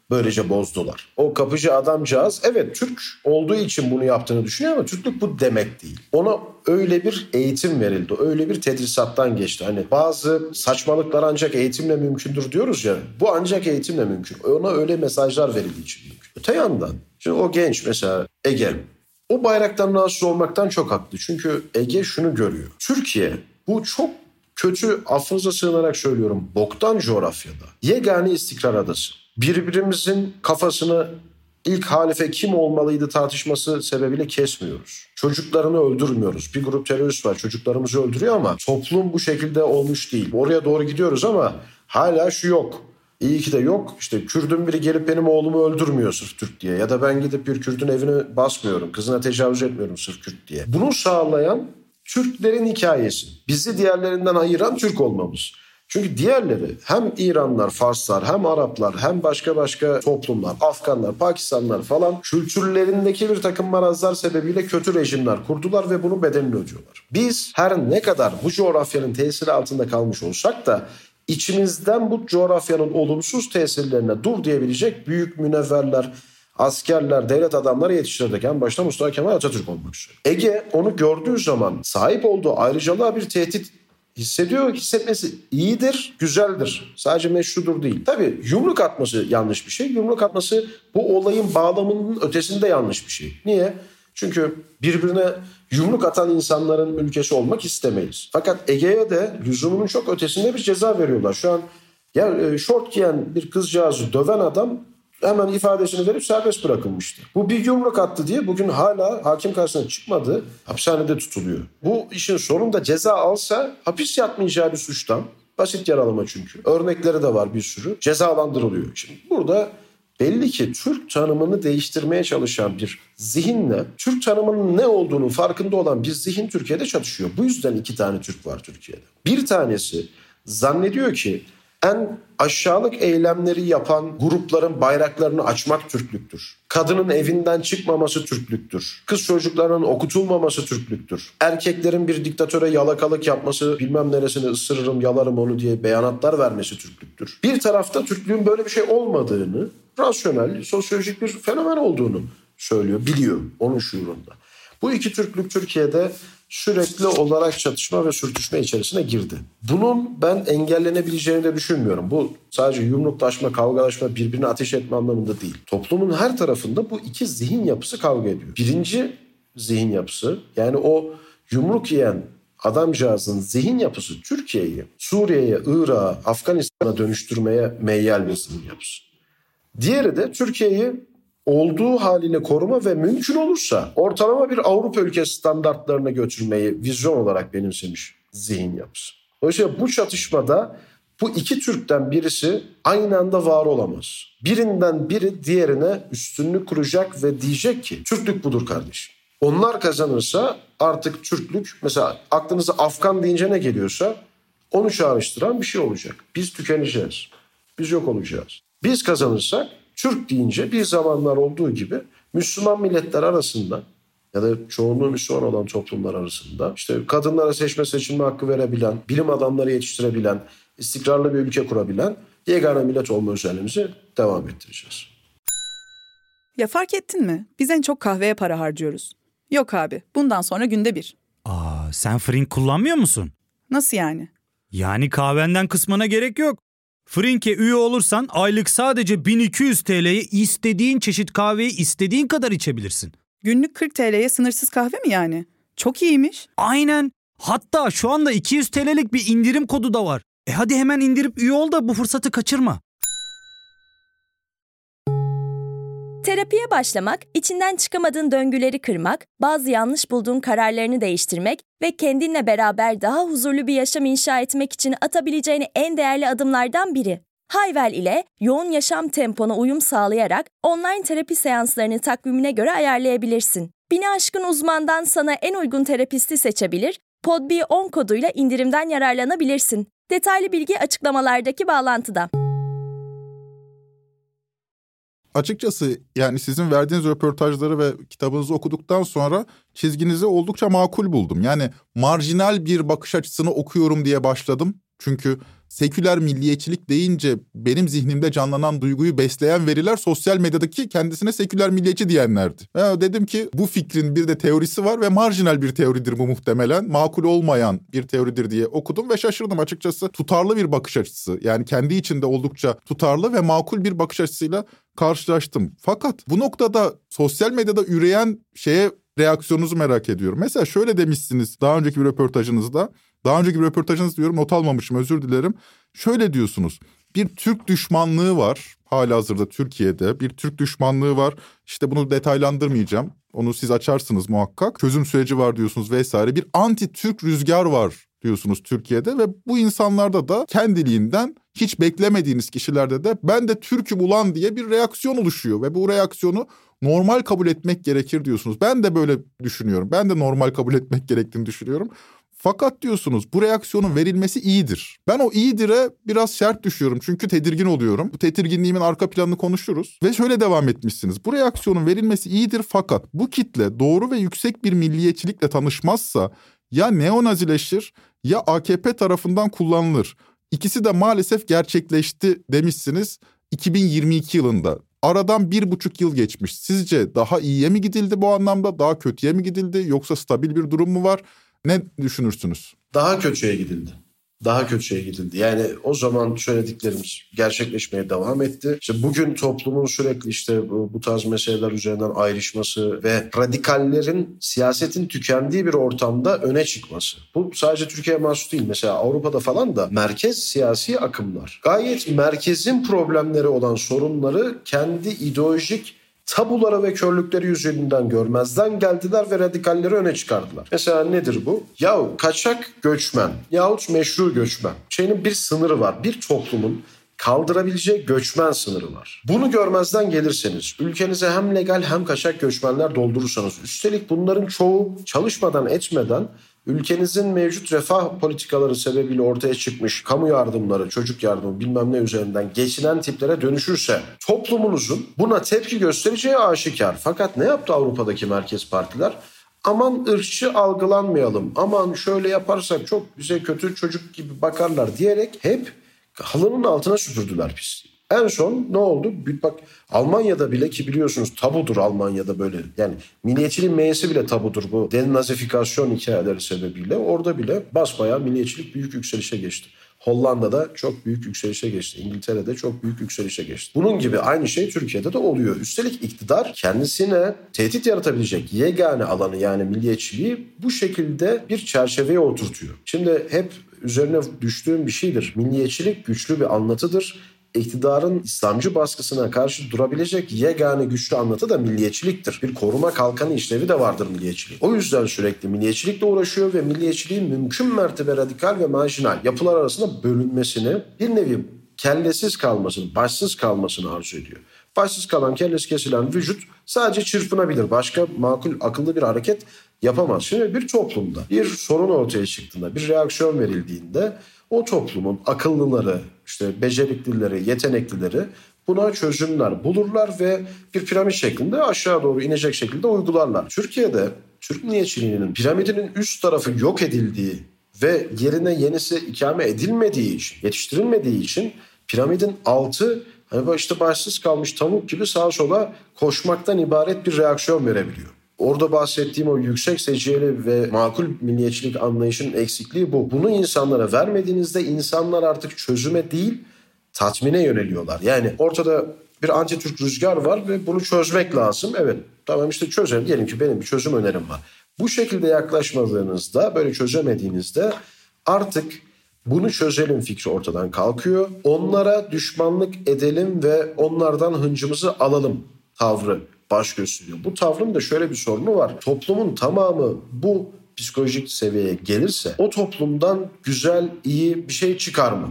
D: Böylece bozdular. O kapıcı adamcağız evet Türk olduğu için bunu yaptığını düşünüyor ama Türklük bu demek değil. Ona öyle bir eğitim verildi. Öyle bir tedrisattan geçti. Hani bazı saçmalıklar ancak eğitimle mümkündür diyoruz ya. Bu ancak eğitimle mümkün. Ona öyle mesajlar verildiği için mümkün. Öte yandan şimdi o genç mesela Ege o bayraktan rahatsız olmaktan çok haklı. Çünkü Ege şunu görüyor. Türkiye bu çok kötü, affınıza sığınarak söylüyorum, boktan coğrafyada yegane istikrar adası. Birbirimizin kafasını ilk halife kim olmalıydı tartışması sebebiyle kesmiyoruz. Çocuklarını öldürmüyoruz. Bir grup terörist var çocuklarımızı öldürüyor ama toplum bu şekilde olmuş değil. Oraya doğru gidiyoruz ama hala şu yok. İyi ki de yok. İşte Kürdün biri gelip benim oğlumu öldürmüyor sırf Türk diye. Ya da ben gidip bir Kürdün evine basmıyorum. Kızına tecavüz etmiyorum sırf Kürt diye. Bunu sağlayan Türklerin hikayesi. Bizi diğerlerinden ayıran Türk olmamız. Çünkü diğerleri hem İranlar, Farslar, hem Araplar, hem başka başka toplumlar, Afganlar, Pakistanlar falan kültürlerindeki bir takım marazlar sebebiyle kötü rejimler kurdular ve bunun bedelini ödüyorlar. Biz her ne kadar bu coğrafyanın tesiri altında kalmış olsak da içimizden bu coğrafyanın olumsuz tesirlerine dur diyebilecek büyük münevverler, askerler, devlet adamları yetiştirdik. En başta Mustafa Kemal Atatürk olmak üzere. Ege onu gördüğü zaman sahip olduğu ayrıcalığa bir tehdit hissediyor. Hissetmesi iyidir, güzeldir. Sadece meşrudur değil. Tabii yumruk atması yanlış bir şey. Yumruk atması bu olayın bağlamının ötesinde yanlış bir şey. Niye? Çünkü birbirine yumruk atan insanların ülkesi olmak istemeyiz. Fakat Ege'ye de lüzumunun çok ötesinde bir ceza veriyorlar. Şu an ya şort giyen bir kızcağızı döven adam hemen ifadesini verip serbest bırakılmıştı. Bu bir yumruk attı diye bugün hala hakim karşısına çıkmadı. Hapishanede tutuluyor. Bu işin sonunda ceza alsa hapis yatmayacağı bir suçtan, basit yaralama çünkü. Örnekleri de var bir sürü. Cezalandırılıyor. Şimdi burada belli ki Türk tanımını değiştirmeye çalışan bir zihinle Türk tanımının ne olduğunu farkında olan bir zihin Türkiye'de çatışıyor. Bu yüzden iki tane Türk var Türkiye'de. Bir tanesi zannediyor ki en aşağılık eylemleri yapan grupların bayraklarını açmak Türklüktür. Kadının evinden çıkmaması Türklüktür. Kız çocuklarının okutulmaması Türklüktür. Erkeklerin bir diktatöre yalakalık yapması, bilmem neresini ısırırım, yalarım onu diye beyanatlar vermesi Türklüktür. Bir tarafta Türklüğün böyle bir şey olmadığını, rasyonel, sosyolojik bir fenomen olduğunu söylüyor, biliyor onun şuurunda. Bu iki Türklük Türkiye'de sürekli olarak çatışma ve sürtüşme içerisine girdi. Bunun ben engellenebileceğini de düşünmüyorum. Bu sadece yumruklaşma, kavgalaşma, birbirine ateş etme anlamında değil. Toplumun her tarafında bu iki zihin yapısı kavga ediyor. Birinci zihin yapısı, yani o yumruk yiyen adamcağızın zihin yapısı Türkiye'yi Suriye'ye, Irak'a, Afganistan'a dönüştürmeye meyyal bir zihin yapısı. Diğeri de Türkiye'yi olduğu haliyle koruma ve mümkün olursa ortalama bir Avrupa ülkesi standartlarına götürmeyi vizyon olarak benimsemiş zihin yapısı. Dolayısıyla bu çatışmada bu iki Türk'ten birisi aynı anda var olamaz. Birinden biri diğerine üstünlük kuracak ve diyecek ki Türklük budur kardeşim. Onlar kazanırsa artık Türklük, mesela aklınıza Afgan deyince ne geliyorsa onu çağrıştıran bir şey olacak. Biz tükeneceğiz. Biz yok olacağız. Biz kazanırsak Türk deyince bir zamanlar olduğu gibi Müslüman milletler arasında ya da çoğunluğu Müslüman olan toplumlar arasında işte kadınlara seçme seçilme hakkı verebilen, bilim adamları yetiştirebilen, istikrarlı bir ülke kurabilen yegane millet olma özelliğimizi devam ettireceğiz.
E: Ya fark ettin mi? Biz en çok kahveye para harcıyoruz. Yok abi, bundan sonra günde bir.
A: Aa, sen Frink kullanmıyor musun?
E: Nasıl yani?
A: Yani kahvenden kısmına gerek yok. Frink'e üye olursan aylık sadece bin iki yüz T L'ye istediğin çeşit kahveyi istediğin kadar içebilirsin.
E: Günlük kırk T L'ye sınırsız kahve mi yani? Çok iyiymiş.
A: Aynen. Hatta şu anda iki yüz T L'lik bir indirim kodu da var. E hadi hemen indirip üye ol da bu fırsatı kaçırma.
B: Terapiye başlamak, içinden çıkamadığın döngüleri kırmak, bazı yanlış bulduğun kararlarını değiştirmek ve kendinle beraber daha huzurlu bir yaşam inşa etmek için atabileceğin en değerli adımlardan biri. Hayvel ile yoğun yaşam tempona uyum sağlayarak online terapi seanslarını takvimine göre ayarlayabilirsin. Bini aşkın uzmandan sana en uygun terapisti seçebilir, Pod B on koduyla indirimden yararlanabilirsin. Detaylı bilgi açıklamalardaki bağlantıda.
C: Açıkçası yani sizin verdiğiniz röportajları ve kitabınızı okuduktan sonra çizginizi oldukça makul buldum. Yani marjinal bir bakış açısını okuyorum diye başladım. Çünkü seküler milliyetçilik deyince benim zihnimde canlanan duyguyu besleyen veriler sosyal medyadaki kendisine seküler milliyetçi diyenlerdi. Ya dedim ki bu fikrin bir de teorisi var ve marjinal bir teoridir bu muhtemelen. Makul olmayan bir teoridir diye okudum ve şaşırdım açıkçası. Tutarlı bir bakış açısı, yani kendi içinde oldukça tutarlı ve makul bir bakış açısıyla karşılaştım. Fakat bu noktada sosyal medyada üreyen şeye reaksiyonunuzu merak ediyorum. Mesela şöyle demişsiniz daha önceki bir röportajınızda. Daha önceki bir röportajınız diyorum, not almamışım, özür dilerim. Şöyle diyorsunuz: bir Türk düşmanlığı var halihazırda Türkiye'de. Bir Türk düşmanlığı var. İşte bunu detaylandırmayacağım. Onu siz açarsınız muhakkak. Çözüm süreci var diyorsunuz vesaire. Bir anti-Türk rüzgar var diyorsunuz Türkiye'de ve bu insanlarda da kendiliğinden hiç beklemediğiniz kişilerde de ben de Türk'üm ulan diye bir reaksiyon oluşuyor ve bu reaksiyonu normal kabul etmek gerekir diyorsunuz. Ben de böyle düşünüyorum. Ben de normal kabul etmek gerektiğini düşünüyorum. Fakat diyorsunuz bu reaksiyonun verilmesi iyidir. Ben o iyidir'e biraz sert düşüyorum çünkü tedirgin oluyorum. Bu tedirginliğimin arka planını konuşuruz. Ve şöyle devam etmişsiniz: bu reaksiyonun verilmesi iyidir fakat bu kitle doğru ve yüksek bir milliyetçilikle tanışmazsa ya neonazileşir ya A K P tarafından kullanılır. İkisi de maalesef gerçekleşti demişsiniz iki bin yirmi iki yılında. Aradan bir buçuk yıl geçmiş. Sizce daha iyiye mi gidildi bu anlamda? Daha kötüye mi gidildi? Yoksa stabil bir durum mu var? Ne düşünürsünüz?
D: Daha kötüye gidildi. Daha kötüye gidildi. Yani o zaman söylediklerimiz gerçekleşmeye devam etti. İşte bugün toplumun sürekli işte bu, bu tarz meseleler üzerinden ayrışması ve radikallerin siyasetin tükendiği bir ortamda öne çıkması. Bu sadece Türkiye'ye mahsus değil. Mesela Avrupa'da falan da merkez siyasi akımlar gayet merkezin problemleri olan sorunları kendi ideolojik tabulara ve körlükleri yüzünden görmezden geldiler ve radikalleri öne çıkardılar. Mesela nedir bu? Yahu kaçak göçmen yahut meşru göçmen. Şeyin bir sınırı var. Bir toplumun kaldırabileceği göçmen sınırı var. Bunu görmezden gelirseniz, ülkenize hem legal hem kaçak göçmenler doldurursanız, üstelik bunların çoğu çalışmadan etmeden ülkenizin mevcut refah politikaları sebebiyle ortaya çıkmış kamu yardımları, çocuk yardımı bilmem ne üzerinden geçinen tiplere dönüşürse toplumunuzun buna tepki göstereceği aşikar. Fakat ne yaptı Avrupa'daki merkez partiler? Aman ırkçı algılanmayalım, aman şöyle yaparsak çok bize kötü çocuk gibi bakarlar diyerek hep halının altına süpürdüler pisliği. En son ne oldu? Bak Almanya'da bile, ki biliyorsunuz tabudur Almanya'da böyle. Yani milliyetçiliğin meyesi bile tabudur bu denazifikasyon hikayeleri sebebiyle. Orada bile basbayağı milliyetçilik büyük yükselişe geçti. Hollanda'da çok büyük yükselişe geçti. İngiltere'de çok büyük yükselişe geçti. Bunun gibi aynı şey Türkiye'de de oluyor. Üstelik iktidar kendisine tehdit yaratabilecek yegane alanı, yani milliyetçiliği bu şekilde bir çerçeveye oturtuyor. Şimdi hep üzerine düştüğüm bir şeydir. Milliyetçilik güçlü bir anlatıdır. İktidarın İslamcı baskısına karşı durabilecek yegane güçlü anlatı da milliyetçiliktir. Bir koruma kalkanı işlevi de vardır milliyetçilik. O yüzden sürekli milliyetçilikle uğraşıyor ve milliyetçiliğin mümkün mertebe radikal ve marjinal yapılar arasında bölünmesini, bir nevi kellesiz kalmasını, başsız kalmasını arzu ediyor. Başsız kalan, kellesi kesilen vücut sadece çırpınabilir. Başka makul, akıllı bir hareket yapamaz. Şimdi bir toplumda bir sorun ortaya çıktığında, bir reaksiyon verildiğinde o toplumun akıllıları, işte beceriklileri, yeteneklileri buna çözümler bulurlar ve bir piramit şeklinde aşağı doğru inecek şekilde uygularlar. Türkiye'de Türk milliyetçiliğinin piramidinin üst tarafı yok edildiği ve yerine yenisi ikame edilmediği için, yetiştirilmediği için piramidin altı hani böyle işte başsız kalmış tavuk gibi sağa sola koşmaktan ibaret bir reaksiyon verebiliyor. Orada bahsettiğim o yüksek seciyeli ve makul milliyetçilik anlayışının eksikliği bu. Bunu insanlara vermediğinizde insanlar artık çözüme değil tatmine yöneliyorlar. Yani ortada bir anti-Türk rüzgar var ve bunu çözmek lazım. Evet, tamam işte çözelim. Diyelim ki benim bir çözüm önerim var. Bu şekilde yaklaşmadığınızda, böyle çözemediğinizde artık bunu çözelim fikri ortadan kalkıyor. Onlara düşmanlık edelim ve onlardan hıncımızı alalım tavrı baş gösteriyor. Bu tavrın da şöyle bir sorunu var. Toplumun tamamı bu psikolojik seviyeye gelirse o toplumdan güzel, iyi bir şey çıkar mı?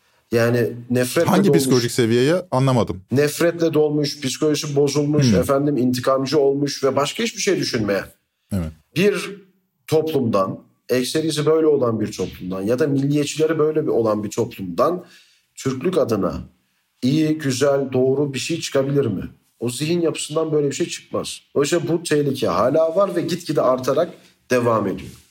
D: Yani nefretle
C: Hangi
D: dolmuş,
C: psikolojik seviyeye anlamadım.
D: Nefretle dolmuş, psikolojisi bozulmuş, hmm. efendim intikamcı olmuş ve başka hiçbir şey düşünmeyen.
C: Evet.
D: Bir toplumdan, ekserisi böyle olan bir toplumdan ya da milliyetçileri böyle bir olan bir toplumdan Türklük adına iyi, güzel, doğru bir şey çıkabilir mi? O zihin yapısından böyle bir şey çıkmaz. Oysa bu tehlike hala var ve gitgide artarak devam ediyor.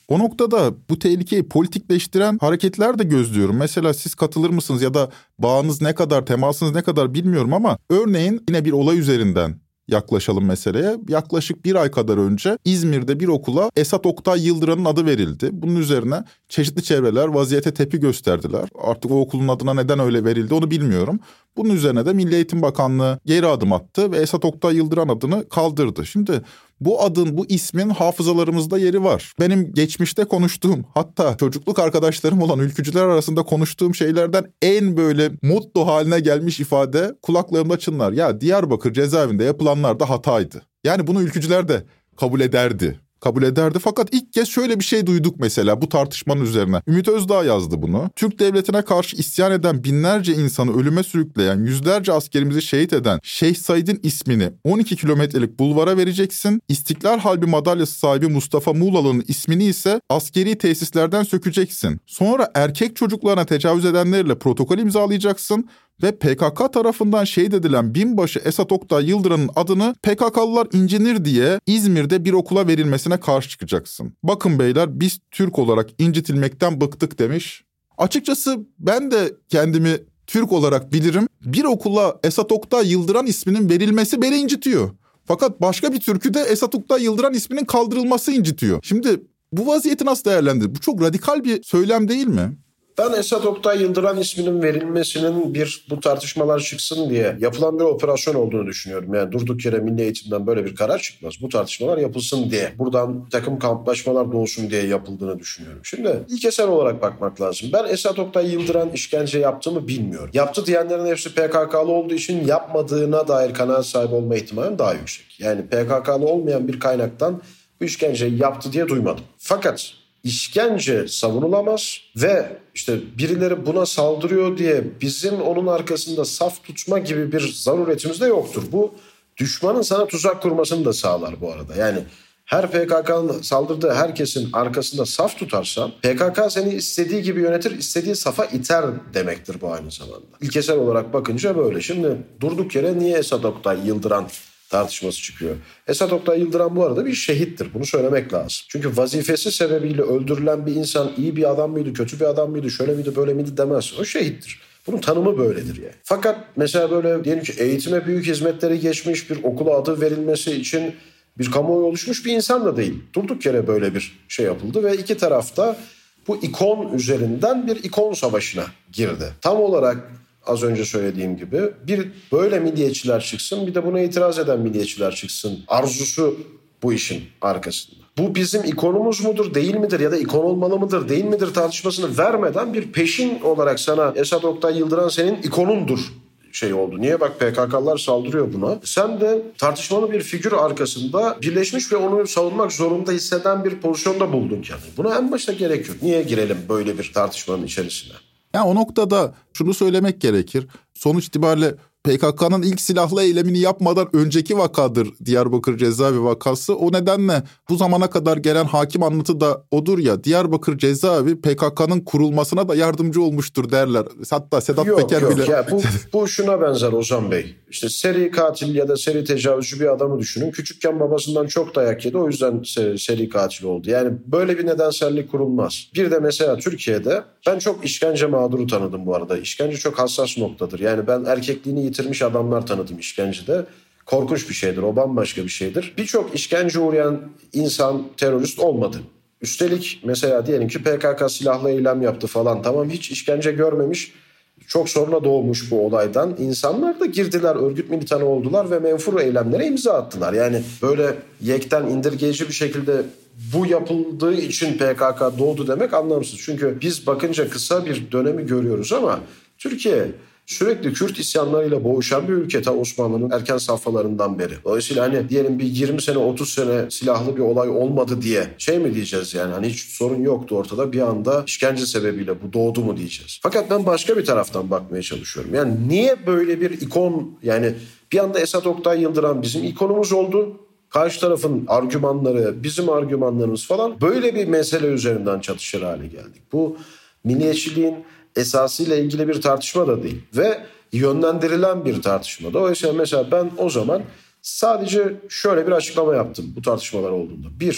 C: O noktada bu tehlikeyi politikleştiren hareketler de gözlüyorum. Mesela siz katılır mısınız ya da bağınız ne kadar, temasınız ne kadar bilmiyorum ama örneğin yine bir olay üzerinden yaklaşalım meseleye. Yaklaşık bir ay kadar önce İzmir'de bir okula Esat Oktay Yıldıran'ın adı verildi. Bunun üzerine çeşitli çevreler vaziyete tepki gösterdiler. Artık o okulun adına neden öyle verildi onu bilmiyorum. Bunun üzerine de Milli Eğitim Bakanlığı geri adım attı ve Esat Oktay Yıldıran adını kaldırdı. Şimdi bu adın, bu ismin hafızalarımızda yeri var. Benim geçmişte konuştuğum, hatta çocukluk arkadaşlarım olan ülkücüler arasında konuştuğum şeylerden en böyle motto haline gelmiş ifade kulaklarımda çınlar. Ya Diyarbakır cezaevinde yapılanlar da hataydı. Yani bunu ülkücüler de kabul ederdi. Kabul ederdi fakat ilk kez şöyle bir şey duyduk mesela bu tartışmanın üzerine. Ümit Özdağ yazdı bunu. Türk devletine karşı isyan eden binlerce insanı ölüme sürükleyen, yüzlerce askerimizi şehit eden Şeyh Said'in ismini on iki kilometrelik bulvara vereceksin. İstiklal Harbi madalyası sahibi Mustafa Muğlalı'nın ismini ise askeri tesislerden sökeceksin. Sonra erkek çocuklarına tecavüz edenlerle protokol imzalayacaksın. Ve P K K tarafından şehit edilen binbaşı Esat Oktay Yıldıran'ın adını P K K'lılar incinir diye İzmir'de bir okula verilmesine karşı çıkacaksın. Bakın beyler biz Türk olarak incitilmekten bıktık demiş. Açıkçası ben de kendimi Türk olarak bilirim. Bir okula Esat Oktay Yıldıran isminin verilmesi beni incitiyor. Fakat başka bir Türk'ü de Esat Oktay Yıldıran isminin kaldırılması incitiyor. Şimdi bu vaziyeti nasıl değerlendirir? Bu çok radikal bir söylem değil mi?
D: Ben Esat Oktay Yıldıran isminin verilmesinin bir bu tartışmalar çıksın diye yapılan bir operasyon olduğunu düşünüyorum. Yani durduk yere Milli Eğitim'den böyle bir karar çıkmaz. Bu tartışmalar yapılsın diye, buradan takım kamplaşmalar doğsun diye yapıldığını düşünüyorum. Şimdi ilkesel olarak bakmak lazım. Ben Esat Oktay Yıldıran işkence yaptığımı bilmiyorum. Yaptı diyenlerin hepsi P K K'lı olduğu için yapmadığına dair kanaat sahibi olma ihtimalim daha yüksek. Yani P K K'lı olmayan bir kaynaktan bu işkenceyi yaptı diye duymadım. Fakat İşkence savunulamaz ve işte birileri buna saldırıyor diye bizim onun arkasında saf tutma gibi bir zaruretimiz de yoktur. Bu düşmanın sana tuzak kurmasını da sağlar bu arada. Yani her P K K'nın saldırdığı herkesin arkasında saf tutarsan P K K seni istediği gibi yönetir, istediği safa iter demektir bu aynı zamanda. İlkesel olarak bakınca böyle. Şimdi durduk yere niye Esat Oktay Yıldıran tartışması çıkıyor. Esat Oktay Yıldıran bu arada bir şehittir. Bunu söylemek lazım. Çünkü vazifesi sebebiyle öldürülen bir insan iyi bir adam mıydı, kötü bir adam mıydı, şöyle miydi, böyle miydi demez. O şehittir. Bunun tanımı böyledir yani. Fakat mesela böyle diyelim ki eğitime büyük hizmetleri geçmiş, bir okula adı verilmesi için bir kamuoyu oluşmuş bir insan da değil. Durduk yere böyle bir şey yapıldı ve iki tarafta bu ikon üzerinden bir ikon savaşına girdi. Tam olarak az önce söylediğim gibi bir böyle milliyetçiler çıksın, bir de buna itiraz eden milliyetçiler çıksın arzusu bu işin arkasında. Bu bizim ikonumuz mudur, değil midir ya da ikon olmalı mıdır, değil midir tartışmasını vermeden bir peşin olarak sana Esat Oktay Yıldıran senin ikonundur şey oldu. Niye bak P K K'lılar saldırıyor buna. Sen de tartışmalı bir figür arkasında birleşmiş ve onu savunmak zorunda hisseden bir pozisyonda buldun kendini. Buna en başta gerek yok. Niye girelim böyle bir tartışmanın içerisine?
C: Ya o noktada şunu söylemek gerekir. Sonuç itibariyle P K K'nın ilk silahlı eylemini yapmadan önceki vakadır Diyarbakır cezaevi vakası. O nedenle bu zamana kadar gelen hakim anlatı da odur ya, Diyarbakır cezaevi P K K'nın kurulmasına da yardımcı olmuştur derler. Hatta Sedat
D: yok,
C: Peker
D: yok.
C: bile...
D: Ya bu, bu şuna benzer Ozan Bey. İşte seri katil ya da seri tecavüzcü bir adamı düşünün. Küçükken babasından çok dayak yedi, o yüzden seri, seri katil oldu. Yani böyle bir nedensellik kurulmaz. Bir de mesela Türkiye'de ben çok işkence mağduru tanıdım bu arada. İşkence çok hassas noktadır. Yani ben erkekliğini yitirmiş adamlar tanıdım işkencede. Korkunç bir şeydir, o bambaşka bir şeydir. Birçok işkence uğrayan insan terörist olmadı. Üstelik mesela diyelim ki P K K silahlı eylem yaptı falan. Tamam, hiç işkence görmemiş, çok sonra doğmuş bu olaydan. İnsanlar da girdiler, örgüt militanı oldular ve menfur eylemlere imza attılar. Yani böyle yekten indirgeyici bir şekilde bu yapıldığı için P K K doğdu demek anlamsız. Çünkü biz bakınca kısa bir dönemi görüyoruz ama Türkiye sürekli Kürt isyanlarıyla boğuşan bir ülke ta Osmanlı'nın erken safhalarından beri. Dolayısıyla hani diyelim bir yirmi sene otuz sene silahlı bir olay olmadı diye şey mi diyeceğiz yani? Hani hiç sorun yoktu ortada, bir anda işkence sebebiyle bu doğdu mu diyeceğiz. Fakat ben başka bir taraftan bakmaya çalışıyorum. Yani niye böyle bir ikon, yani bir anda Esat Oktay Yıldıran bizim ikonumuz oldu. Karşı tarafın argümanları, bizim argümanlarımız falan, böyle bir mesele üzerinden çatışır hale geldik. Bu milliyetçiliğin esasıyla ilgili bir tartışma da değil ve yönlendirilen bir tartışma. Dolayısıyla mesela ben o zaman sadece şöyle bir açıklama yaptım bu tartışmalar olduğunda. Bir,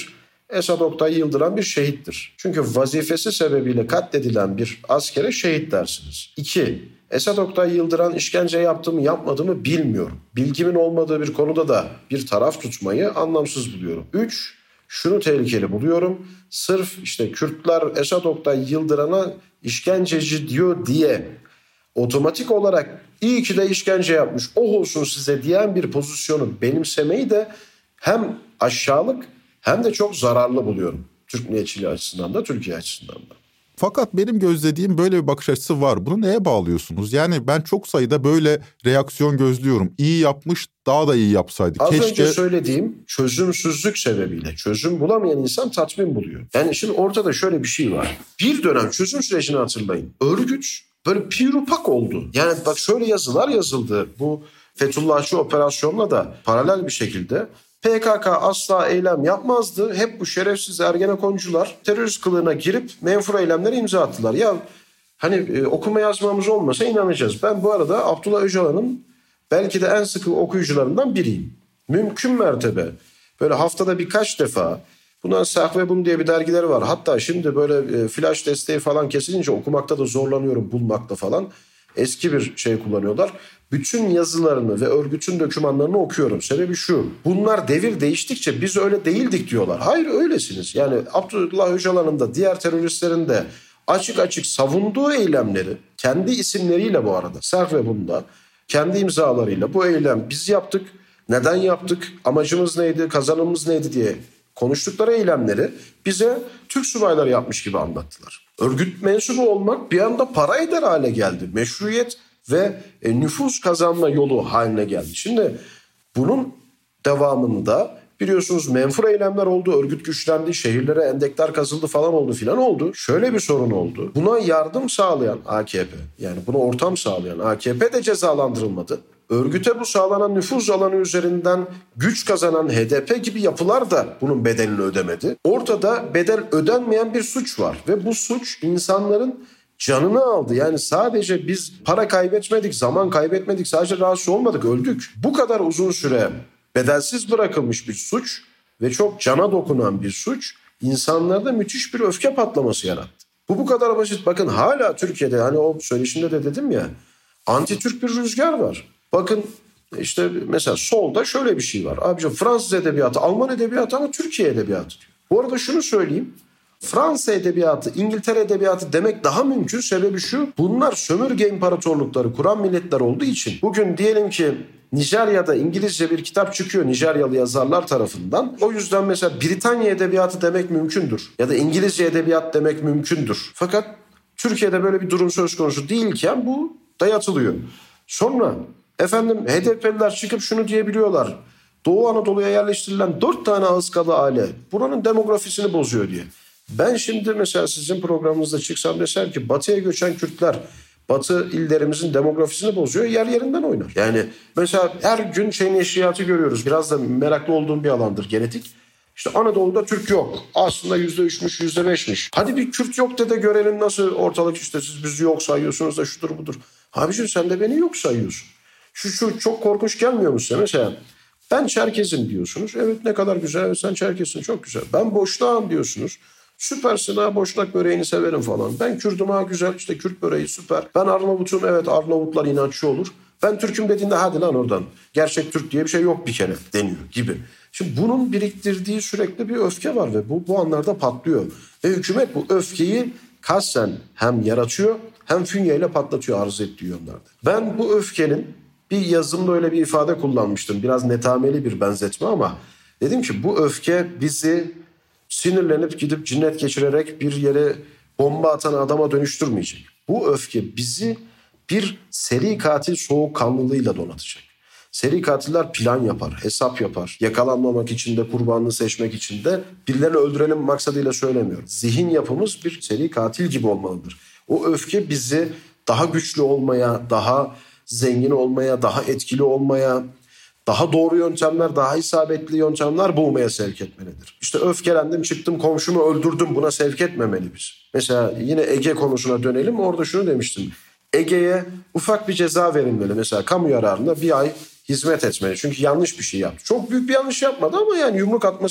D: Esad Oktay Yıldıran bir şehittir. Çünkü vazifesi sebebiyle katledilen bir askere şehit dersiniz. İki, Esad Oktay Yıldıran işkence yaptı mı yapmadı mı bilmiyorum. Bilgimin olmadığı bir konuda da bir taraf tutmayı anlamsız buluyorum. Üç, şunu tehlikeli buluyorum. Sırf işte Kürtler Esad Oktay Yıldıran'a işkenceci diyor diye otomatik olarak iyi ki de işkence yapmış, oh olsun size diyen bir pozisyonu benimsemeyi de hem aşağılık hem de çok zararlı buluyorum. Türk milliyetçiliği açısından da, Türkiye açısından da.
C: Fakat benim gözlediğim böyle bir bakış açısı var. Bunu neye bağlıyorsunuz? Yani ben çok sayıda böyle reaksiyon gözlüyorum. İyi yapmış, daha da iyi yapsaydı.
D: Az
C: Keşke...
D: önce söylediğim çözümsüzlük sebebiyle çözüm bulamayan insan tatmin buluyor. Yani şimdi ortada şöyle bir şey var. Bir dönem çözüm sürecini hatırlayın. Örgüt böyle pirupak oldu. Yani bak şöyle yazılar yazıldı. Bu Fethullahçı operasyonla da paralel bir şekilde P K K asla eylem yapmazdı. Hep bu şerefsiz Ergenekoncular terörist kılığına girip menfur eylemlere imza attılar. Ya hani e, okuma yazmamız olmasa inanacağız. Ben bu arada Abdullah Öcalan'ın belki de en sıkı okuyucularından biriyim. Mümkün mertebe böyle haftada birkaç defa, bundan Sahvebun diye bir dergileri var. Hatta şimdi böyle e, flash desteği falan kesilince okumakta da zorlanıyorum, bulmakta falan. Eski bir şey kullanıyorlar. Bütün yazılarını ve örgütün dokümanlarını okuyorum. Sebebi şu: bunlar devir değiştikçe biz öyle değildik diyorlar. Hayır, öylesiniz. Yani Abdullah Öcalan'ın da diğer teröristlerin de açık açık savunduğu eylemleri kendi isimleriyle, bu arada Sahvebun'da kendi imzalarıyla bu eylem biz yaptık, neden yaptık, amacımız neydi, kazanımımız neydi diye konuştukları eylemleri bize Türk subayları yapmış gibi anlattılar. Örgüt mensubu olmak bir anda para eder hale geldi. Meşruiyet ve nüfus kazanma yolu haline geldi. Şimdi bunun devamında biliyorsunuz menfur eylemler oldu, örgüt güçlendi, şehirlere endekler kazıldı falan oldu filan oldu. Şöyle bir sorun oldu. Buna yardım sağlayan A K P, yani buna ortam sağlayan A K P de cezalandırılmadı. Örgüte bu sağlanan nüfuz alanı üzerinden güç kazanan H D P gibi yapılar da bunun bedelini ödemedi. Ortada bedel ödenmeyen bir suç var ve bu suç insanların canını aldı. Yani sadece biz para kaybetmedik, zaman kaybetmedik, sadece rahatsız olmadık, öldük. Bu kadar uzun süre bedelsiz bırakılmış bir suç ve çok cana dokunan bir suç insanlarda müthiş bir öfke patlaması yarattı. Bu bu kadar basit. Bakın hala Türkiye'de, hani o söyleşimde de dedim ya, anti-Türk bir rüzgar var. Bakın işte mesela solda şöyle bir şey var. Abicim Fransız edebiyatı, Alman edebiyatı ama Türkiye edebiyatı diyor. Bu arada şunu söyleyeyim. Fransa edebiyatı, İngiltere edebiyatı demek daha mümkün. Sebebi şu: bunlar sömürge imparatorlukları kuran milletler olduğu için. Bugün diyelim ki Nijerya'da İngilizce bir kitap çıkıyor Nijeryalı yazarlar tarafından. O yüzden mesela Britanya edebiyatı demek mümkündür. Ya da İngilizce edebiyat demek mümkündür. Fakat Türkiye'de böyle bir durum söz konusu değilken bu dayatılıyor. Sonra efendim H D P'liler çıkıp şunu diyebiliyorlar: Doğu Anadolu'ya yerleştirilen dört tane Ağızkalı aile buranın demografisini bozuyor diye. Ben şimdi mesela sizin programınızda çıksam desem ki batıya göçen Kürtler Batı illerimizin demografisini bozuyor, yer yerinden oynar. Yani mesela her gün şey neşriyatı görüyoruz. Biraz da meraklı olduğum bir alandır genetik. İşte Anadolu'da Türk yok. Aslında yüzde üçmüş, yüzde beşmiş. Hadi bir Kürt yok de de görelim nasıl ortalık, işte siz bizi yok sayıyorsunuz da şudur budur. Abiciğim sen de beni yok sayıyorsun. Şu, şu çok korkunç gelmiyor mu size? Mesela ben Çerkezim diyorsunuz. Evet, ne kadar güzel. Evet, sen Çerkezsin, çok güzel. Ben Boşnağım diyorsunuz. Süpersin ha, Boşnak böreğini severim falan. Ben Kürdüm ha, güzel, işte Kürt böreği süper. Ben Arnavut'um, evet Arnavutlar inatçı olur. Ben Türk'üm dediğinde hadi lan oradan. Gerçek Türk diye bir şey yok bir kere deniyor gibi. Şimdi bunun biriktirdiği sürekli bir öfke var ve bu, bu anlarda patlıyor. Ve hükümet bu öfkeyi kasten hem yaratıyor hem fünyeyle patlatıyor arz ettiği yönlerde. Ben bu öfkenin bir yazımda öyle bir ifade kullanmıştım. Biraz netameli bir benzetme ama dedim ki bu öfke bizi sinirlenip gidip cinnet geçirerek bir yere bomba atan adama dönüştürmeyecek. Bu öfke bizi bir seri katil soğukkanlılığıyla donatacak. Seri katiller plan yapar, hesap yapar. Yakalanmamak için de, kurbanını seçmek için de, birilerini öldürelim maksadıyla söylemiyorum. Zihin yapımız bir seri katil gibi olmalıdır. O öfke bizi daha güçlü olmaya, daha zengin olmaya, daha etkili olmaya, daha doğru yöntemler, daha isabetli yöntemler bulmaya sevk etmelidir. İşte öfkelendim, çıktım, komşumu öldürdüm, buna sevk etmemeli biz. Mesela yine Ege konusuna dönelim. Orada şunu demiştim. Ege'ye ufak bir ceza verilmeli. Mesela kamu yararına bir ay hizmet etmeli. Çünkü yanlış bir şey yaptı. Çok büyük bir yanlış yapmadı ama yani yumruk atması bir...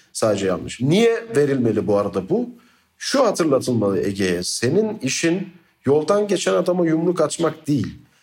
D: Sadece yanlış. Niye verilmeli bu arada bu? Şu hatırlatılmalı Ege'ye. Senin işin yoldan geçen adama yumruk atmak değil.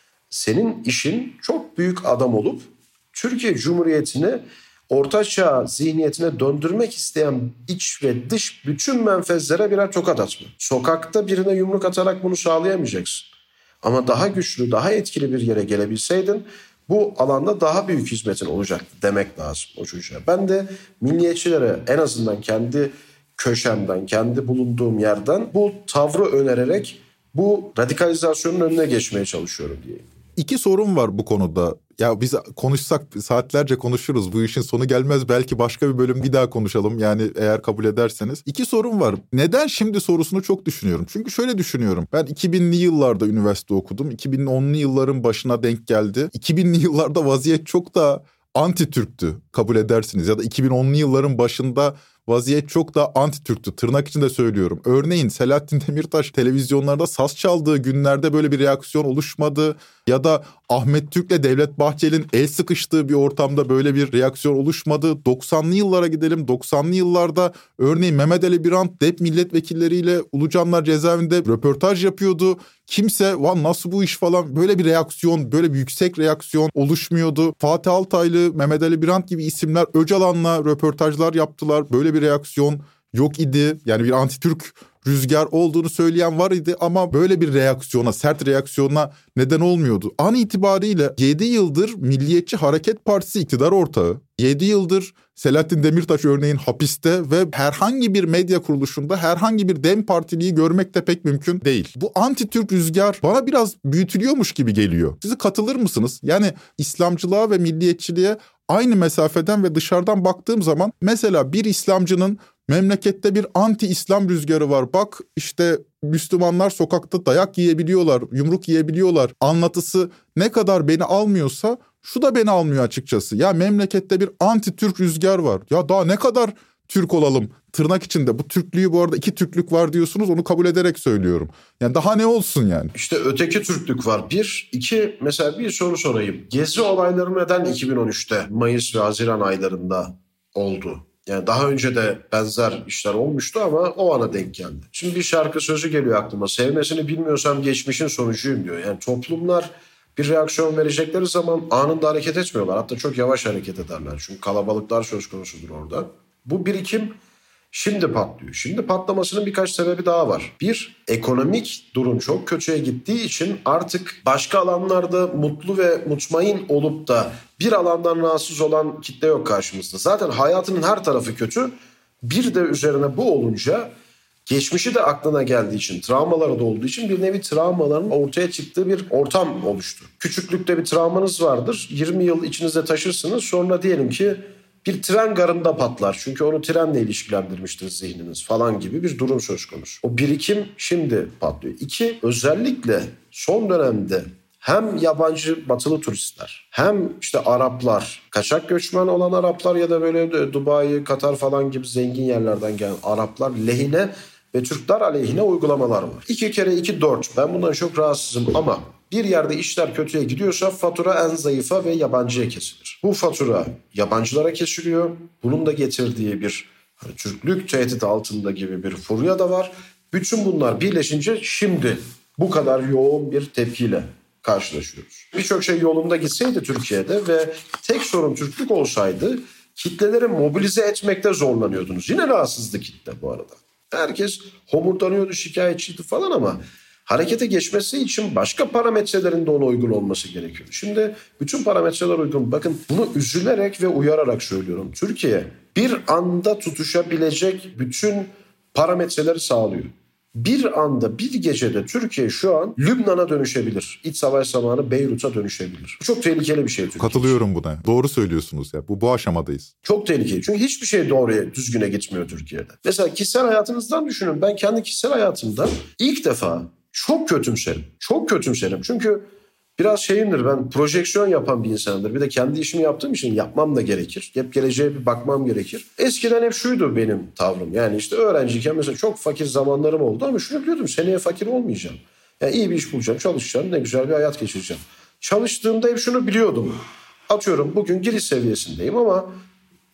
D: Senin işin çok büyük adam olup Türkiye Cumhuriyeti'ni ortaçağ zihniyetine döndürmek isteyen iç ve dış bütün menfezlere birer tokat atma. Sokakta birine yumruk atarak bunu sağlayamayacaksın. Ama daha güçlü, daha etkili bir yere gelebilseydin bu alanda daha büyük hizmetin olacaktı demek lazım o çocuğa. Ben de milliyetçilere en azından kendi köşemden, kendi bulunduğum yerden bu tavrı önererek bu radikalizasyonun önüne geçmeye çalışıyorum diye.
C: İki sorun var bu konuda. Ya biz konuşsak saatlerce konuşuruz. Bu işin sonu gelmez. Belki başka bir bölüm bir daha konuşalım. Yani eğer kabul ederseniz. İki sorun var. Neden şimdi sorusunu çok düşünüyorum. Çünkü şöyle düşünüyorum. Ben iki binli yıllarda üniversite okudum. iki bin onlu yılların başına denk geldi. iki binli yıllarda vaziyet çok da anti-Türktü. Kabul edersiniz. Ya da iki bin onlu yılların başında vaziyet çok da anti-Türktü. Tırnak içinde söylüyorum. Örneğin Selahattin Demirtaş televizyonlarda saz çaldığı günlerde böyle bir reaksiyon oluşmadı. Ya da Ahmet Türk'le Devlet Bahçeli'nin el sıkıştığı bir ortamda böyle bir reaksiyon oluşmadı. doksanlı yıllara gidelim. doksanlı yıllarda örneğin Mehmet Ali Birant D E P milletvekilleriyle Ulucanlar cezaevinde röportaj yapıyordu. Kimse "Van nasıl bu iş" falan böyle bir reaksiyon, böyle bir yüksek reaksiyon oluşmuyordu. Fatih Altaylı, Mehmet Ali Birant gibi isimler Öcalan'la röportajlar yaptılar. Böyle bir reaksiyon yok idi. Yani bir anti-Türk rüzgar olduğunu söyleyen var idi ama böyle bir reaksiyona, sert reaksiyona neden olmuyordu. An itibariyle yedi yıldır Milliyetçi Hareket Partisi iktidar ortağı. yedi yıldır Selahattin Demirtaş örneğin hapiste ve herhangi bir medya kuruluşunda herhangi bir Dem Partiliği görmek de pek mümkün değil. Bu anti-Türk rüzgar bana biraz büyütülüyormuş gibi geliyor. Siz katılır mısınız? Yani İslamcılığa ve milliyetçiliğe aynı mesafeden ve dışarıdan baktığım zaman mesela bir İslamcının memlekette bir anti-İslam rüzgarı var. Bak işte Müslümanlar sokakta dayak yiyebiliyorlar, yumruk yiyebiliyorlar. Anlatısı ne kadar beni almıyorsa şu da beni almıyor açıkçası. Ya memlekette bir anti-Türk rüzgar var. Ya daha ne kadar Türk olalım tırnak içinde. Bu Türklüğü bu arada iki Türklük var diyorsunuz, onu kabul ederek söylüyorum. Yani daha ne olsun yani?
D: İşte öteki Türklük var. Bir, iki mesela bir soru sorayım. Gezi olayları neden iki bin on üçte Mayıs ve Haziran aylarında oldu? Yani daha önce de benzer işler olmuştu ama o ana denk geldi. Şimdi bir şarkı sözü geliyor aklıma. Sevmesini bilmiyorsam geçmişin sonucuyum diyor. Yani toplumlar bir reaksiyon verecekleri zaman anında hareket etmiyorlar. Hatta çok yavaş hareket ederler. Çünkü kalabalıklar söz konusudur orada. Bu birikim şimdi patlıyor. Şimdi patlamasının birkaç sebebi daha var. Bir, ekonomik durum çok kötüye gittiği için artık başka alanlarda mutlu ve mutmain olup da bir alandan rahatsız olan kitle yok karşımızda. Zaten hayatının her tarafı kötü. Bir de üzerine bu olunca geçmişi de aklına geldiği için, travmaları da olduğu için bir nevi travmaların ortaya çıktığı bir ortam oluştu. Küçüklükte bir travmanız vardır. yirmi yıl içinizde taşırsınız. Sonra diyelim ki bir tren garında patlar. Çünkü onu trenle ilişkilendirmiştir zihniniz falan gibi bir durum söz konusu. O birikim şimdi patlıyor. İki, özellikle son dönemde hem yabancı batılı turistler hem işte Araplar, kaçak göçmen olan Araplar ya da böyle Dubai, Katar falan gibi zengin yerlerden gelen Araplar lehine ve Türkler aleyhine uygulamalar var. İki kere iki dört. Ben bundan çok rahatsızım ama bir yerde işler kötüye gidiyorsa fatura en zayıfa ve yabancıya kesilir. Bu fatura yabancılara kesiliyor. Bunun da getirdiği bir hani, Türklük tehdit altında gibi bir furya da var. Bütün bunlar birleşince şimdi bu kadar yoğun bir tepkiyle karşılaşıyoruz. Birçok şey yolunda gitseydi Türkiye'de ve tek sorun Türklük olsaydı kitleleri mobilize etmekte zorlanıyordunuz. Yine rahatsızdı kitle bu arada. Herkes homurdanıyordu, şikayetçiydi falan ama harekete geçmesi için başka parametrelerin de ona uygun olması gerekiyor. Şimdi bütün parametreler uygun. Bakın bunu üzülerek ve uyararak söylüyorum. Türkiye bir anda tutuşabilecek bütün parametreleri sağlıyor. Bir anda, bir gecede Türkiye şu an Lübnan'a dönüşebilir. İç savaş zamanı Beyrut'a dönüşebilir. Bu çok tehlikeli bir şey Türkiye.
C: Katılıyorum buna. Doğru söylüyorsunuz ya. Bu bu aşamadayız.
D: Çok tehlikeli. Çünkü hiçbir şey doğruya, düzgüne gitmiyor Türkiye'de. Mesela kişisel hayatınızdan düşünün. Ben kendi kişisel hayatımda ilk defa çok kötümserim. Çok kötümserim. Çünkü biraz şeyimdir, ben projeksiyon yapan bir insanımdır. Bir de kendi işimi yaptığım için yapmam da gerekir. Hep geleceğe bir bakmam gerekir. Eskiden hep şuydu benim tavrım. Yani işte öğrenciyken mesela çok fakir zamanlarım oldu ama şunu biliyordum, seneye fakir olmayacağım. Yani iyi bir iş bulacağım, çalışacağım, ne güzel bir hayat geçireceğim. Çalıştığımda hep şunu biliyordum. Atıyorum bugün giriş seviyesindeyim ama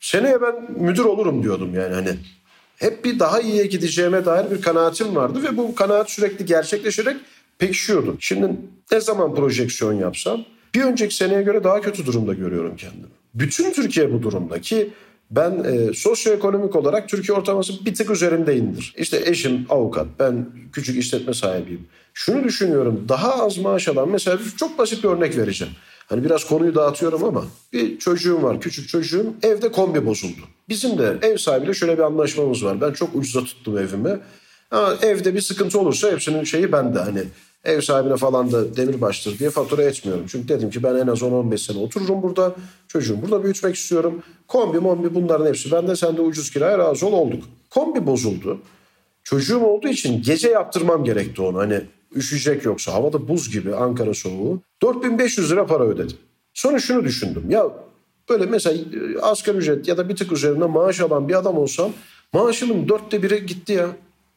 D: seneye ben müdür olurum diyordum yani hani. Hep bir daha iyiye gideceğime dair bir kanaatim vardı ve bu kanaat sürekli gerçekleşerek pekişiyordu. Şimdi ne zaman projeksiyon yapsam bir önceki seneye göre daha kötü durumda görüyorum kendimi. Bütün Türkiye bu durumda ki ben e, sosyoekonomik olarak Türkiye ortalaması bir tık üzerindeyimdir. İşte eşim avukat, ben küçük işletme sahibiyim. Şunu düşünüyorum, daha az maaş alan, mesela çok basit bir örnek vereceğim. Hani biraz konuyu dağıtıyorum ama bir çocuğum var, küçük çocuğum, evde kombi bozuldu. Bizim de ev sahibiyle şöyle bir anlaşmamız var. Ben çok ucuza tuttum evimi. Ama evde bir sıkıntı olursa hepsinin şeyi bende. Hani ev sahibine falan da demirbaştır diye fatura etmiyorum. Çünkü dedim ki ben en az on on beş sene otururum burada. Çocuğumu burada büyütmek istiyorum. Kombi mombi bunların hepsi bende, sen de ucuz kiraya razı ol, olduk. Kombi bozuldu. Çocuğum olduğu için gece yaptırmam gerekti onu. Hani üşüyecek yoksa, havada buz gibi Ankara soğuğu. dört bin beş yüz lira para ödedim. Sonra şunu düşündüm. Ya böyle mesela asgari ücret ya da bir tık üzerinde maaş alan bir adam olsam maaşımın dörtte biri gitti ya.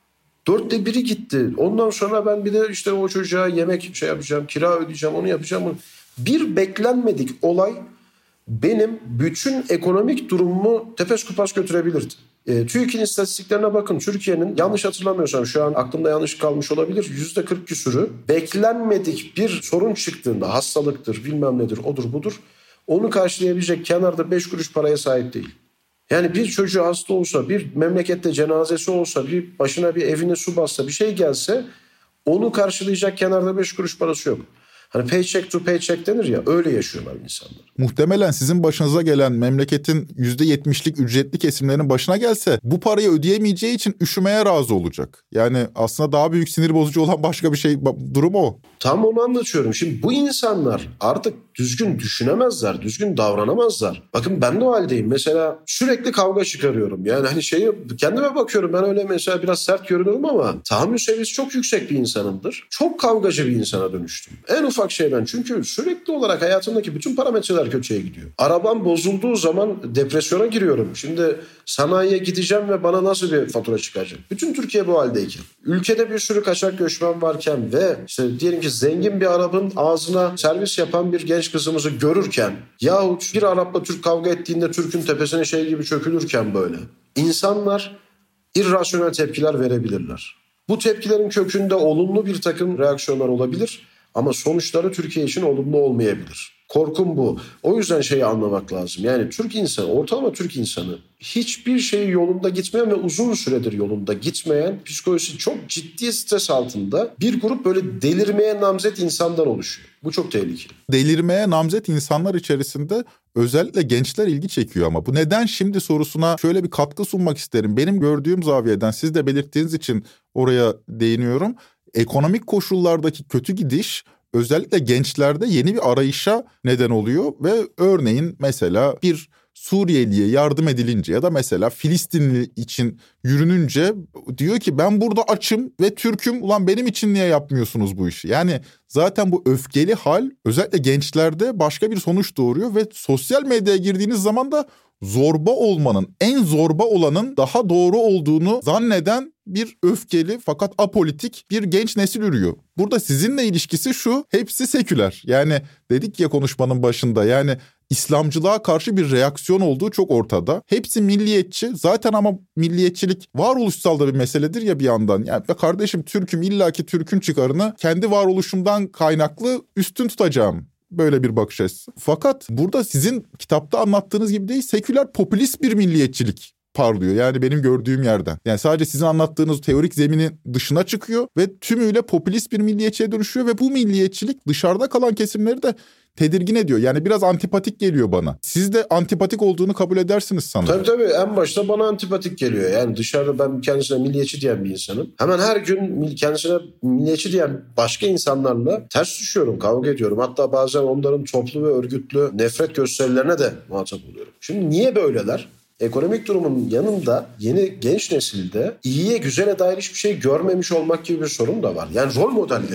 D: Dörtte biri gitti. Ondan sonra ben bir de işte o çocuğa yemek şey yapacağım, kira ödeyeceğim, onu yapacağım. Bir beklenmedik olay benim bütün ekonomik durumumu tepes kupas götürebilirdi. E, TÜİK'in istatistiklerine bakın. Türkiye'nin yanlış hatırlamıyorsam, şu an aklımda yanlış kalmış olabilir, yüzde kırk küsürü beklenmedik bir sorun çıktığında, hastalıktır, bilmem nedir, odur budur, onu karşılayabilecek kenarda beş kuruş paraya sahip değil. Yani bir çocuğu hasta olsa, bir memlekette cenazesi olsa, bir başına bir evine su bassa, bir şey gelse onu karşılayacak kenarda beş kuruş parası yok. Hani paycheck to paycheck denir ya, öyle yaşıyorlar insanlar.
C: Muhtemelen sizin başınıza gelen memleketin yüzde yetmişlik ücretli kesimlerinin başına gelse bu parayı ödeyemeyeceği için üşümeye razı olacak. Yani aslında daha büyük sinir bozucu olan başka bir şey, durum o.
D: Tam onu anlatıyorum. Şimdi bu insanlar artık düzgün düşünemezler, düzgün davranamazlar. Bakın ben de o haldeyim. Mesela sürekli kavga çıkarıyorum. Yani hani şeyi kendime bakıyorum, ben öyle mesela biraz sert görünüyorum ama tahammül seviyesi çok yüksek bir insanımdır. Çok kavgacı bir insana dönüştüm. En ufak şeyden, çünkü sürekli olarak hayatımdaki bütün parametreler kötüye gidiyor. Arabam bozulduğu zaman depresyona giriyorum. Şimdi sanayiye gideceğim ve bana nasıl bir fatura çıkacak? Bütün Türkiye bu haldeyken, ülkede bir sürü kaçak göçmen varken ve işte diyelim ki zengin bir Arap'ın ağzına servis yapan bir genç kızımızı görürken yahut bir Arap'la Türk kavga ettiğinde Türk'ün tepesine şey gibi çökülürken böyle insanlar irrasyonel tepkiler verebilirler. Bu tepkilerin kökünde olumlu bir takım reaksiyonlar olabilir ama sonuçları Türkiye için olumlu olmayabilir. Korkum bu. O yüzden şeyi anlamak lazım. Yani Türk insanı, ortalama Türk insanı hiçbir şey yolunda gitmeyen ve uzun süredir yolunda gitmeyen, psikolojisi çok ciddi stres altında bir grup böyle delirmeye namzet insanlar oluşuyor. Bu çok tehlikeli.
C: Delirmeye namzet insanlar içerisinde özellikle gençler ilgi çekiyor ama bu neden şimdi sorusuna şöyle bir katkı sunmak isterim. Benim gördüğüm zaviyeden, siz de belirttiğiniz için oraya değiniyorum. Ekonomik koşullardaki kötü gidiş özellikle gençlerde yeni bir arayışa neden oluyor ve örneğin mesela bir Suriyeliye yardım edilince ya da mesela Filistinli için yürününce diyor ki ben burada açım ve Türk'üm, ulan benim için niye yapmıyorsunuz bu işi? Yani zaten bu öfkeli hal özellikle gençlerde başka bir sonuç doğuruyor ve sosyal medyaya girdiğiniz zaman da zorba olmanın, en zorba olanın daha doğru olduğunu zanneden bir öfkeli fakat apolitik bir genç nesil ürüyor. Burada sizinle ilişkisi şu, hepsi seküler. Yani dedik ya konuşmanın başında, yani İslamcılığa karşı bir reaksiyon olduğu çok ortada. Hepsi milliyetçi zaten ama milliyetçilik varoluşsal da bir meseledir ya bir yandan. Yani be kardeşim Türk'üm, illaki Türk'ün çıkarını kendi varoluşumdan kaynaklı üstün tutacağım. Böyle bir bakış açısı. Fakat burada sizin kitapta anlattığınız gibi değil, seküler popülist bir milliyetçilik parlıyor. Yani benim gördüğüm yerden. Yani sadece sizin anlattığınız teorik zeminin dışına çıkıyor ve tümüyle popülist bir milliyetçiye dönüşüyor ve bu milliyetçilik dışarıda kalan kesimleri de tedirgin ediyor. Yani biraz antipatik geliyor bana. Siz de antipatik olduğunu kabul edersiniz sanırım.
D: Tabii tabii, en başta bana antipatik geliyor. Yani dışarıda ben kendisine milliyetçi diyen bir insanım. Hemen her gün kendisine milliyetçi diyen başka insanlarla ters düşüyorum, kavga ediyorum. Hatta bazen onların toplu ve örgütlü nefret gösterilerine de muhatap oluyorum. Şimdi niye böyleler? Ekonomik durumun yanında yeni genç nesilde iyiye güzele dair hiçbir şey görmemiş olmak gibi bir sorun da var. Yani rol modelleri yok.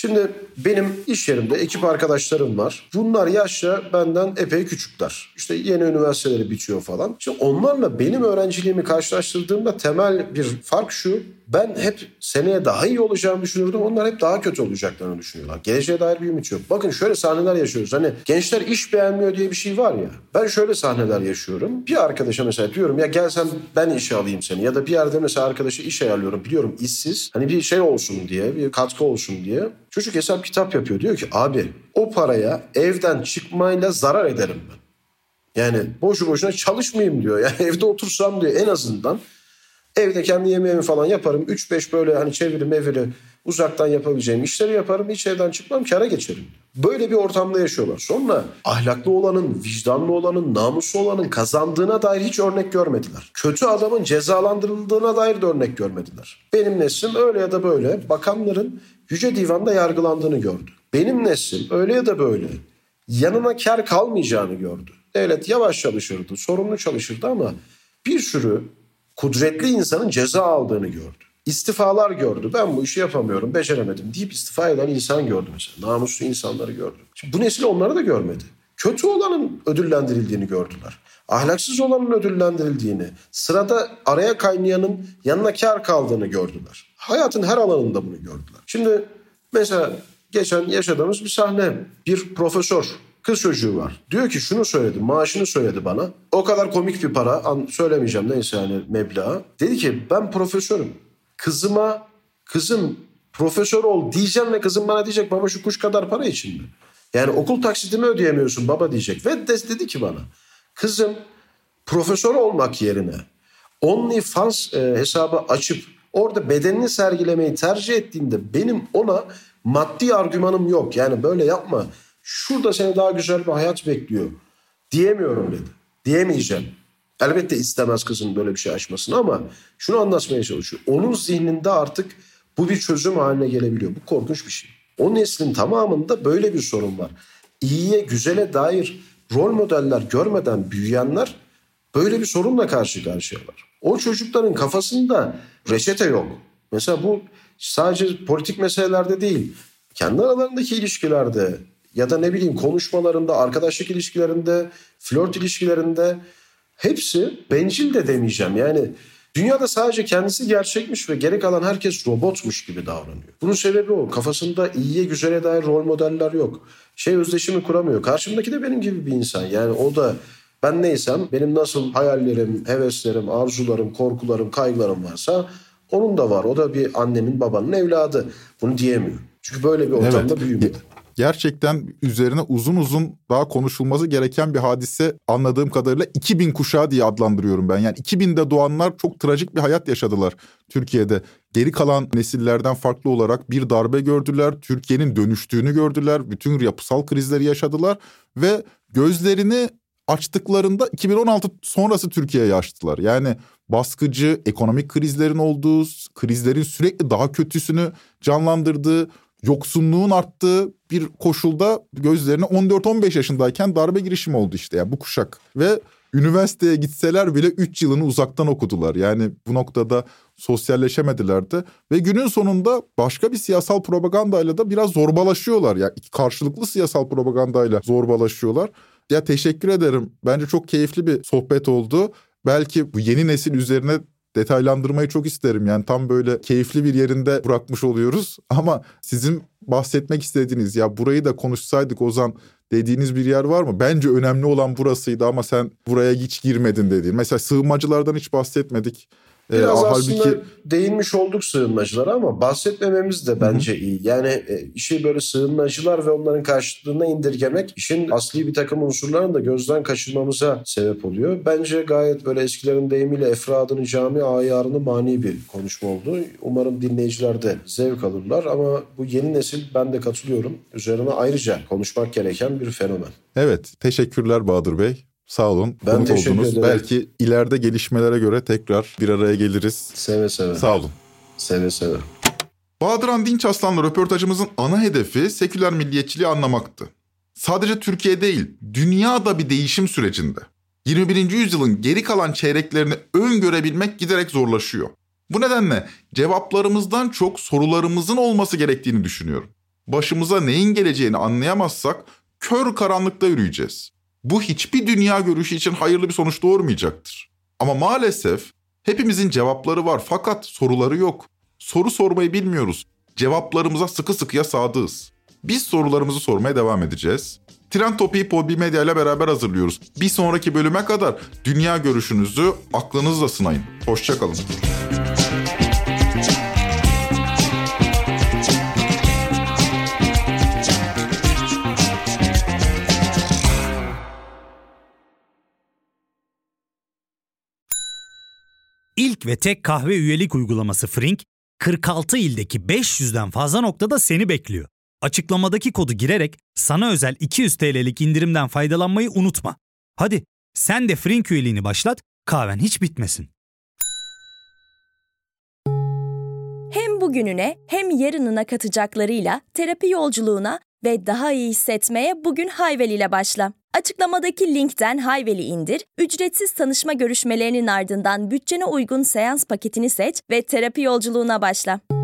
D: Şimdi benim iş yerimde ekip arkadaşlarım var. Bunlar yaşça benden epey küçükler. İşte yeni üniversiteleri bitiyor falan. Şimdi onlarla benim öğrenciliğimi karşılaştırdığımda temel bir fark şu. Ben hep seneye daha iyi olacağımı düşünürdüm. Onlar hep daha kötü olacaklarını düşünüyorlar. Geleceğe dair bir ümit yok. Bakın şöyle sahneler yaşıyoruz. Hani gençler iş beğenmiyor diye bir şey var ya. Ben şöyle sahneler yaşıyorum. Bir arkadaşa mesela diyorum ya gel sen ben işe alayım seni. Ya da bir yerde mesela arkadaşa iş ayarlıyorum. Biliyorum işsiz. Hani bir şey olsun diye, bir katkı olsun diye. Çocuk hesap kitap yapıyor. Diyor ki abi o paraya evden çıkmayla zarar ederim ben. Yani boşu boşuna çalışmayayım diyor. Yani evde otursam diyor en azından evde kendi yemeğimi falan yaparım. üç beş böyle hani çeviri meviri uzaktan yapabileceğim işleri yaparım. Hiç evden çıkmam, kâra geçerim. Böyle bir ortamda yaşıyorlar. Sonra ahlaklı olanın, vicdanlı olanın, namuslu olanın kazandığına dair hiç örnek görmediler. Kötü adamın cezalandırıldığına dair de örnek görmediler. Benim neslim öyle ya da böyle bakanların Yüce Divan'da yargılandığını gördü. Benim neslim öyle ya da böyle yanına kâr kalmayacağını gördü. Devlet yavaş çalışırdı, sorumlu çalışırdı ama bir sürü kudretli insanın ceza aldığını gördü. İstifalar gördü. Ben bu işi yapamıyorum, beceremedim deyip istifa eden insan gördü mesela. Namuslu insanları gördü. Şimdi bu nesil onları da görmedi. Kötü olanın ödüllendirildiğini gördüler. Ahlaksız olanın ödüllendirildiğini, sırada araya kaynayanın yanına kâr kaldığını gördüler. Hayatın her alanında bunu gördüler. Şimdi mesela geçen yaşadığımız bir sahne. Bir profesör, kız çocuğu var. Diyor ki şunu söyledi, maaşını söyledi bana. O kadar komik bir para, söylemeyeceğim neyse yani meblağı. Dedi ki ben profesörüm. Kızıma, kızım profesör ol diyeceğim ve kızım bana diyecek baba şu kuş kadar para için mi? Yani okul taksitimi ödeyemiyorsun baba diyecek. Ve de dedi ki bana kızım profesör olmak yerine OnlyFans e, hesabı açıp orada bedenini sergilemeyi tercih ettiğinde benim ona maddi argümanım yok. Yani böyle yapma. Şurada seni daha güzel bir hayat bekliyor. Diyemiyorum dedi. Diyemeyeceğim. Elbette istemez kızın böyle bir şey açmasını ama şunu anlatmaya çalışıyor. Onun zihninde artık bu bir çözüm haline gelebiliyor. Bu korkunç bir şey. O neslin tamamında böyle bir sorun var. İyiye, güzele dair rol modeller görmeden büyüyenler böyle bir sorunla karşı karşıyalar. O çocukların kafasında reçete yok. Mesela bu sadece politik meselelerde değil. Kendi aralarındaki ilişkilerde ya da ne bileyim konuşmalarında, arkadaşlık ilişkilerinde, flört ilişkilerinde hepsi bencil de demeyeceğim. Yani dünyada sadece kendisi gerçekmiş ve geri kalan herkes robotmuş gibi davranıyor. Bunun sebebi o. Kafasında iyiye güzele dair rol modeller yok. Şey özdeşimi kuramıyor. Karşımdaki de benim gibi bir insan. Yani o da ben neysem, benim nasıl hayallerim, heveslerim, arzularım, korkularım, kaygılarım varsa onun da var. O da bir annemin, babanın evladı. Bunu diyemiyor. Çünkü böyle bir ortamda evet. büyümedi.
C: Gerçekten üzerine uzun uzun daha konuşulması gereken bir hadise anladığım kadarıyla iki bin kuşağı diye adlandırıyorum ben. Yani iki binde doğanlar çok trajik bir hayat yaşadılar Türkiye'de. Geri kalan nesillerden farklı olarak bir darbe gördüler, Türkiye'nin dönüştüğünü gördüler, bütün yapısal krizleri yaşadılar ve gözlerini açtıklarında iki bin on altı sonrası Türkiye'ye açtılar. Yani baskıcı ekonomik krizlerin olduğu, krizlerin sürekli daha kötüsünü canlandırdığı, yoksunluğun arttığı bir koşulda gözlerine on dört on beş yaşındayken darbe girişimi oldu işte ya bu kuşak. Ve üniversiteye gitseler bile üç yılını uzaktan okudular. Yani bu noktada sosyalleşemediler de ve günün sonunda başka bir siyasal propagandayla da biraz zorbalaşıyorlar. Yani karşılıklı siyasal propagandayla zorbalaşıyorlar. Ya teşekkür ederim. Bence çok keyifli bir sohbet oldu. Belki bu yeni nesil üzerine detaylandırmayı çok isterim. Yani tam böyle keyifli bir yerinde bırakmış oluyoruz. Ama sizin bahsetmek istediğiniz ya burayı da konuşsaydık Ozan dediğiniz bir yer var mı? Bence önemli olan burasıydı ama sen buraya hiç girmedin dediğin. Mesela sığınmacılardan hiç bahsetmedik.
D: Biraz
C: ee,
D: aslında
C: halbuki...
D: değinmiş olduk sığınmacılara ama bahsetmememiz de bence Hı-hı. iyi. Yani e, işi böyle sığınmacılar ve onların karşılığına indirgemek işin asli bir takım unsurlarını da gözden kaçırmamıza sebep oluyor. Bence gayet böyle eskilerin deyimiyle efradını cami ayarını mani bir konuşma oldu. Umarım dinleyiciler de zevk alırlar ama bu yeni nesil ben de katılıyorum. Üzerine ayrıca konuşmak gereken bir fenomen.
C: Evet, teşekkürler Bahadır Bey. Sağ olun.
D: Ben
C: Konuk
D: teşekkür
C: oldunuz.
D: ederim.
C: Belki ileride gelişmelere göre tekrar bir araya geliriz.
D: Seve seve.
C: Sağ olun.
D: Seve seve.
C: Bahadır Dinçaslan'la röportajımızın ana hedefi seküler milliyetçiliği anlamaktı. Sadece Türkiye değil, dünya da bir değişim sürecinde. yirmi birinci yüzyılın geri kalan çeyreklerini öngörebilmek giderek zorlaşıyor. Bu nedenle cevaplarımızdan çok sorularımızın olması gerektiğini düşünüyorum. Başımıza neyin geleceğini anlayamazsak kör karanlıkta yürüyeceğiz. Bu hiçbir dünya görüşü için hayırlı bir sonuç doğurmayacaktır. Ama maalesef hepimizin cevapları var fakat soruları yok. Soru sormayı bilmiyoruz. Cevaplarımıza sıkı sıkıya sadığız. Biz sorularımızı sormaya devam edeceğiz. Trend Topi'yi Podbi Medya ile beraber hazırlıyoruz. Bir sonraki bölüme kadar dünya görüşünüzü aklınızla sınayın. Hoşça kalın.
A: İlk ve tek kahve üyelik uygulaması Frink, kırk altı ildeki beş yüzden fazla noktada seni bekliyor. Açıklamadaki kodu girerek sana özel iki yüz TL'lik indirimden faydalanmayı unutma. Hadi sen de Frink üyeliğini başlat, kahven hiç bitmesin.
B: Hem bugününe hem yarınına katacaklarıyla terapi yolculuğuna ve daha iyi hissetmeye bugün Hayvel ile başla. Açıklamadaki linkten Hayvel'i indir, ücretsiz tanışma görüşmelerinin ardından bütçene uygun seans paketini seç ve terapi yolculuğuna başla.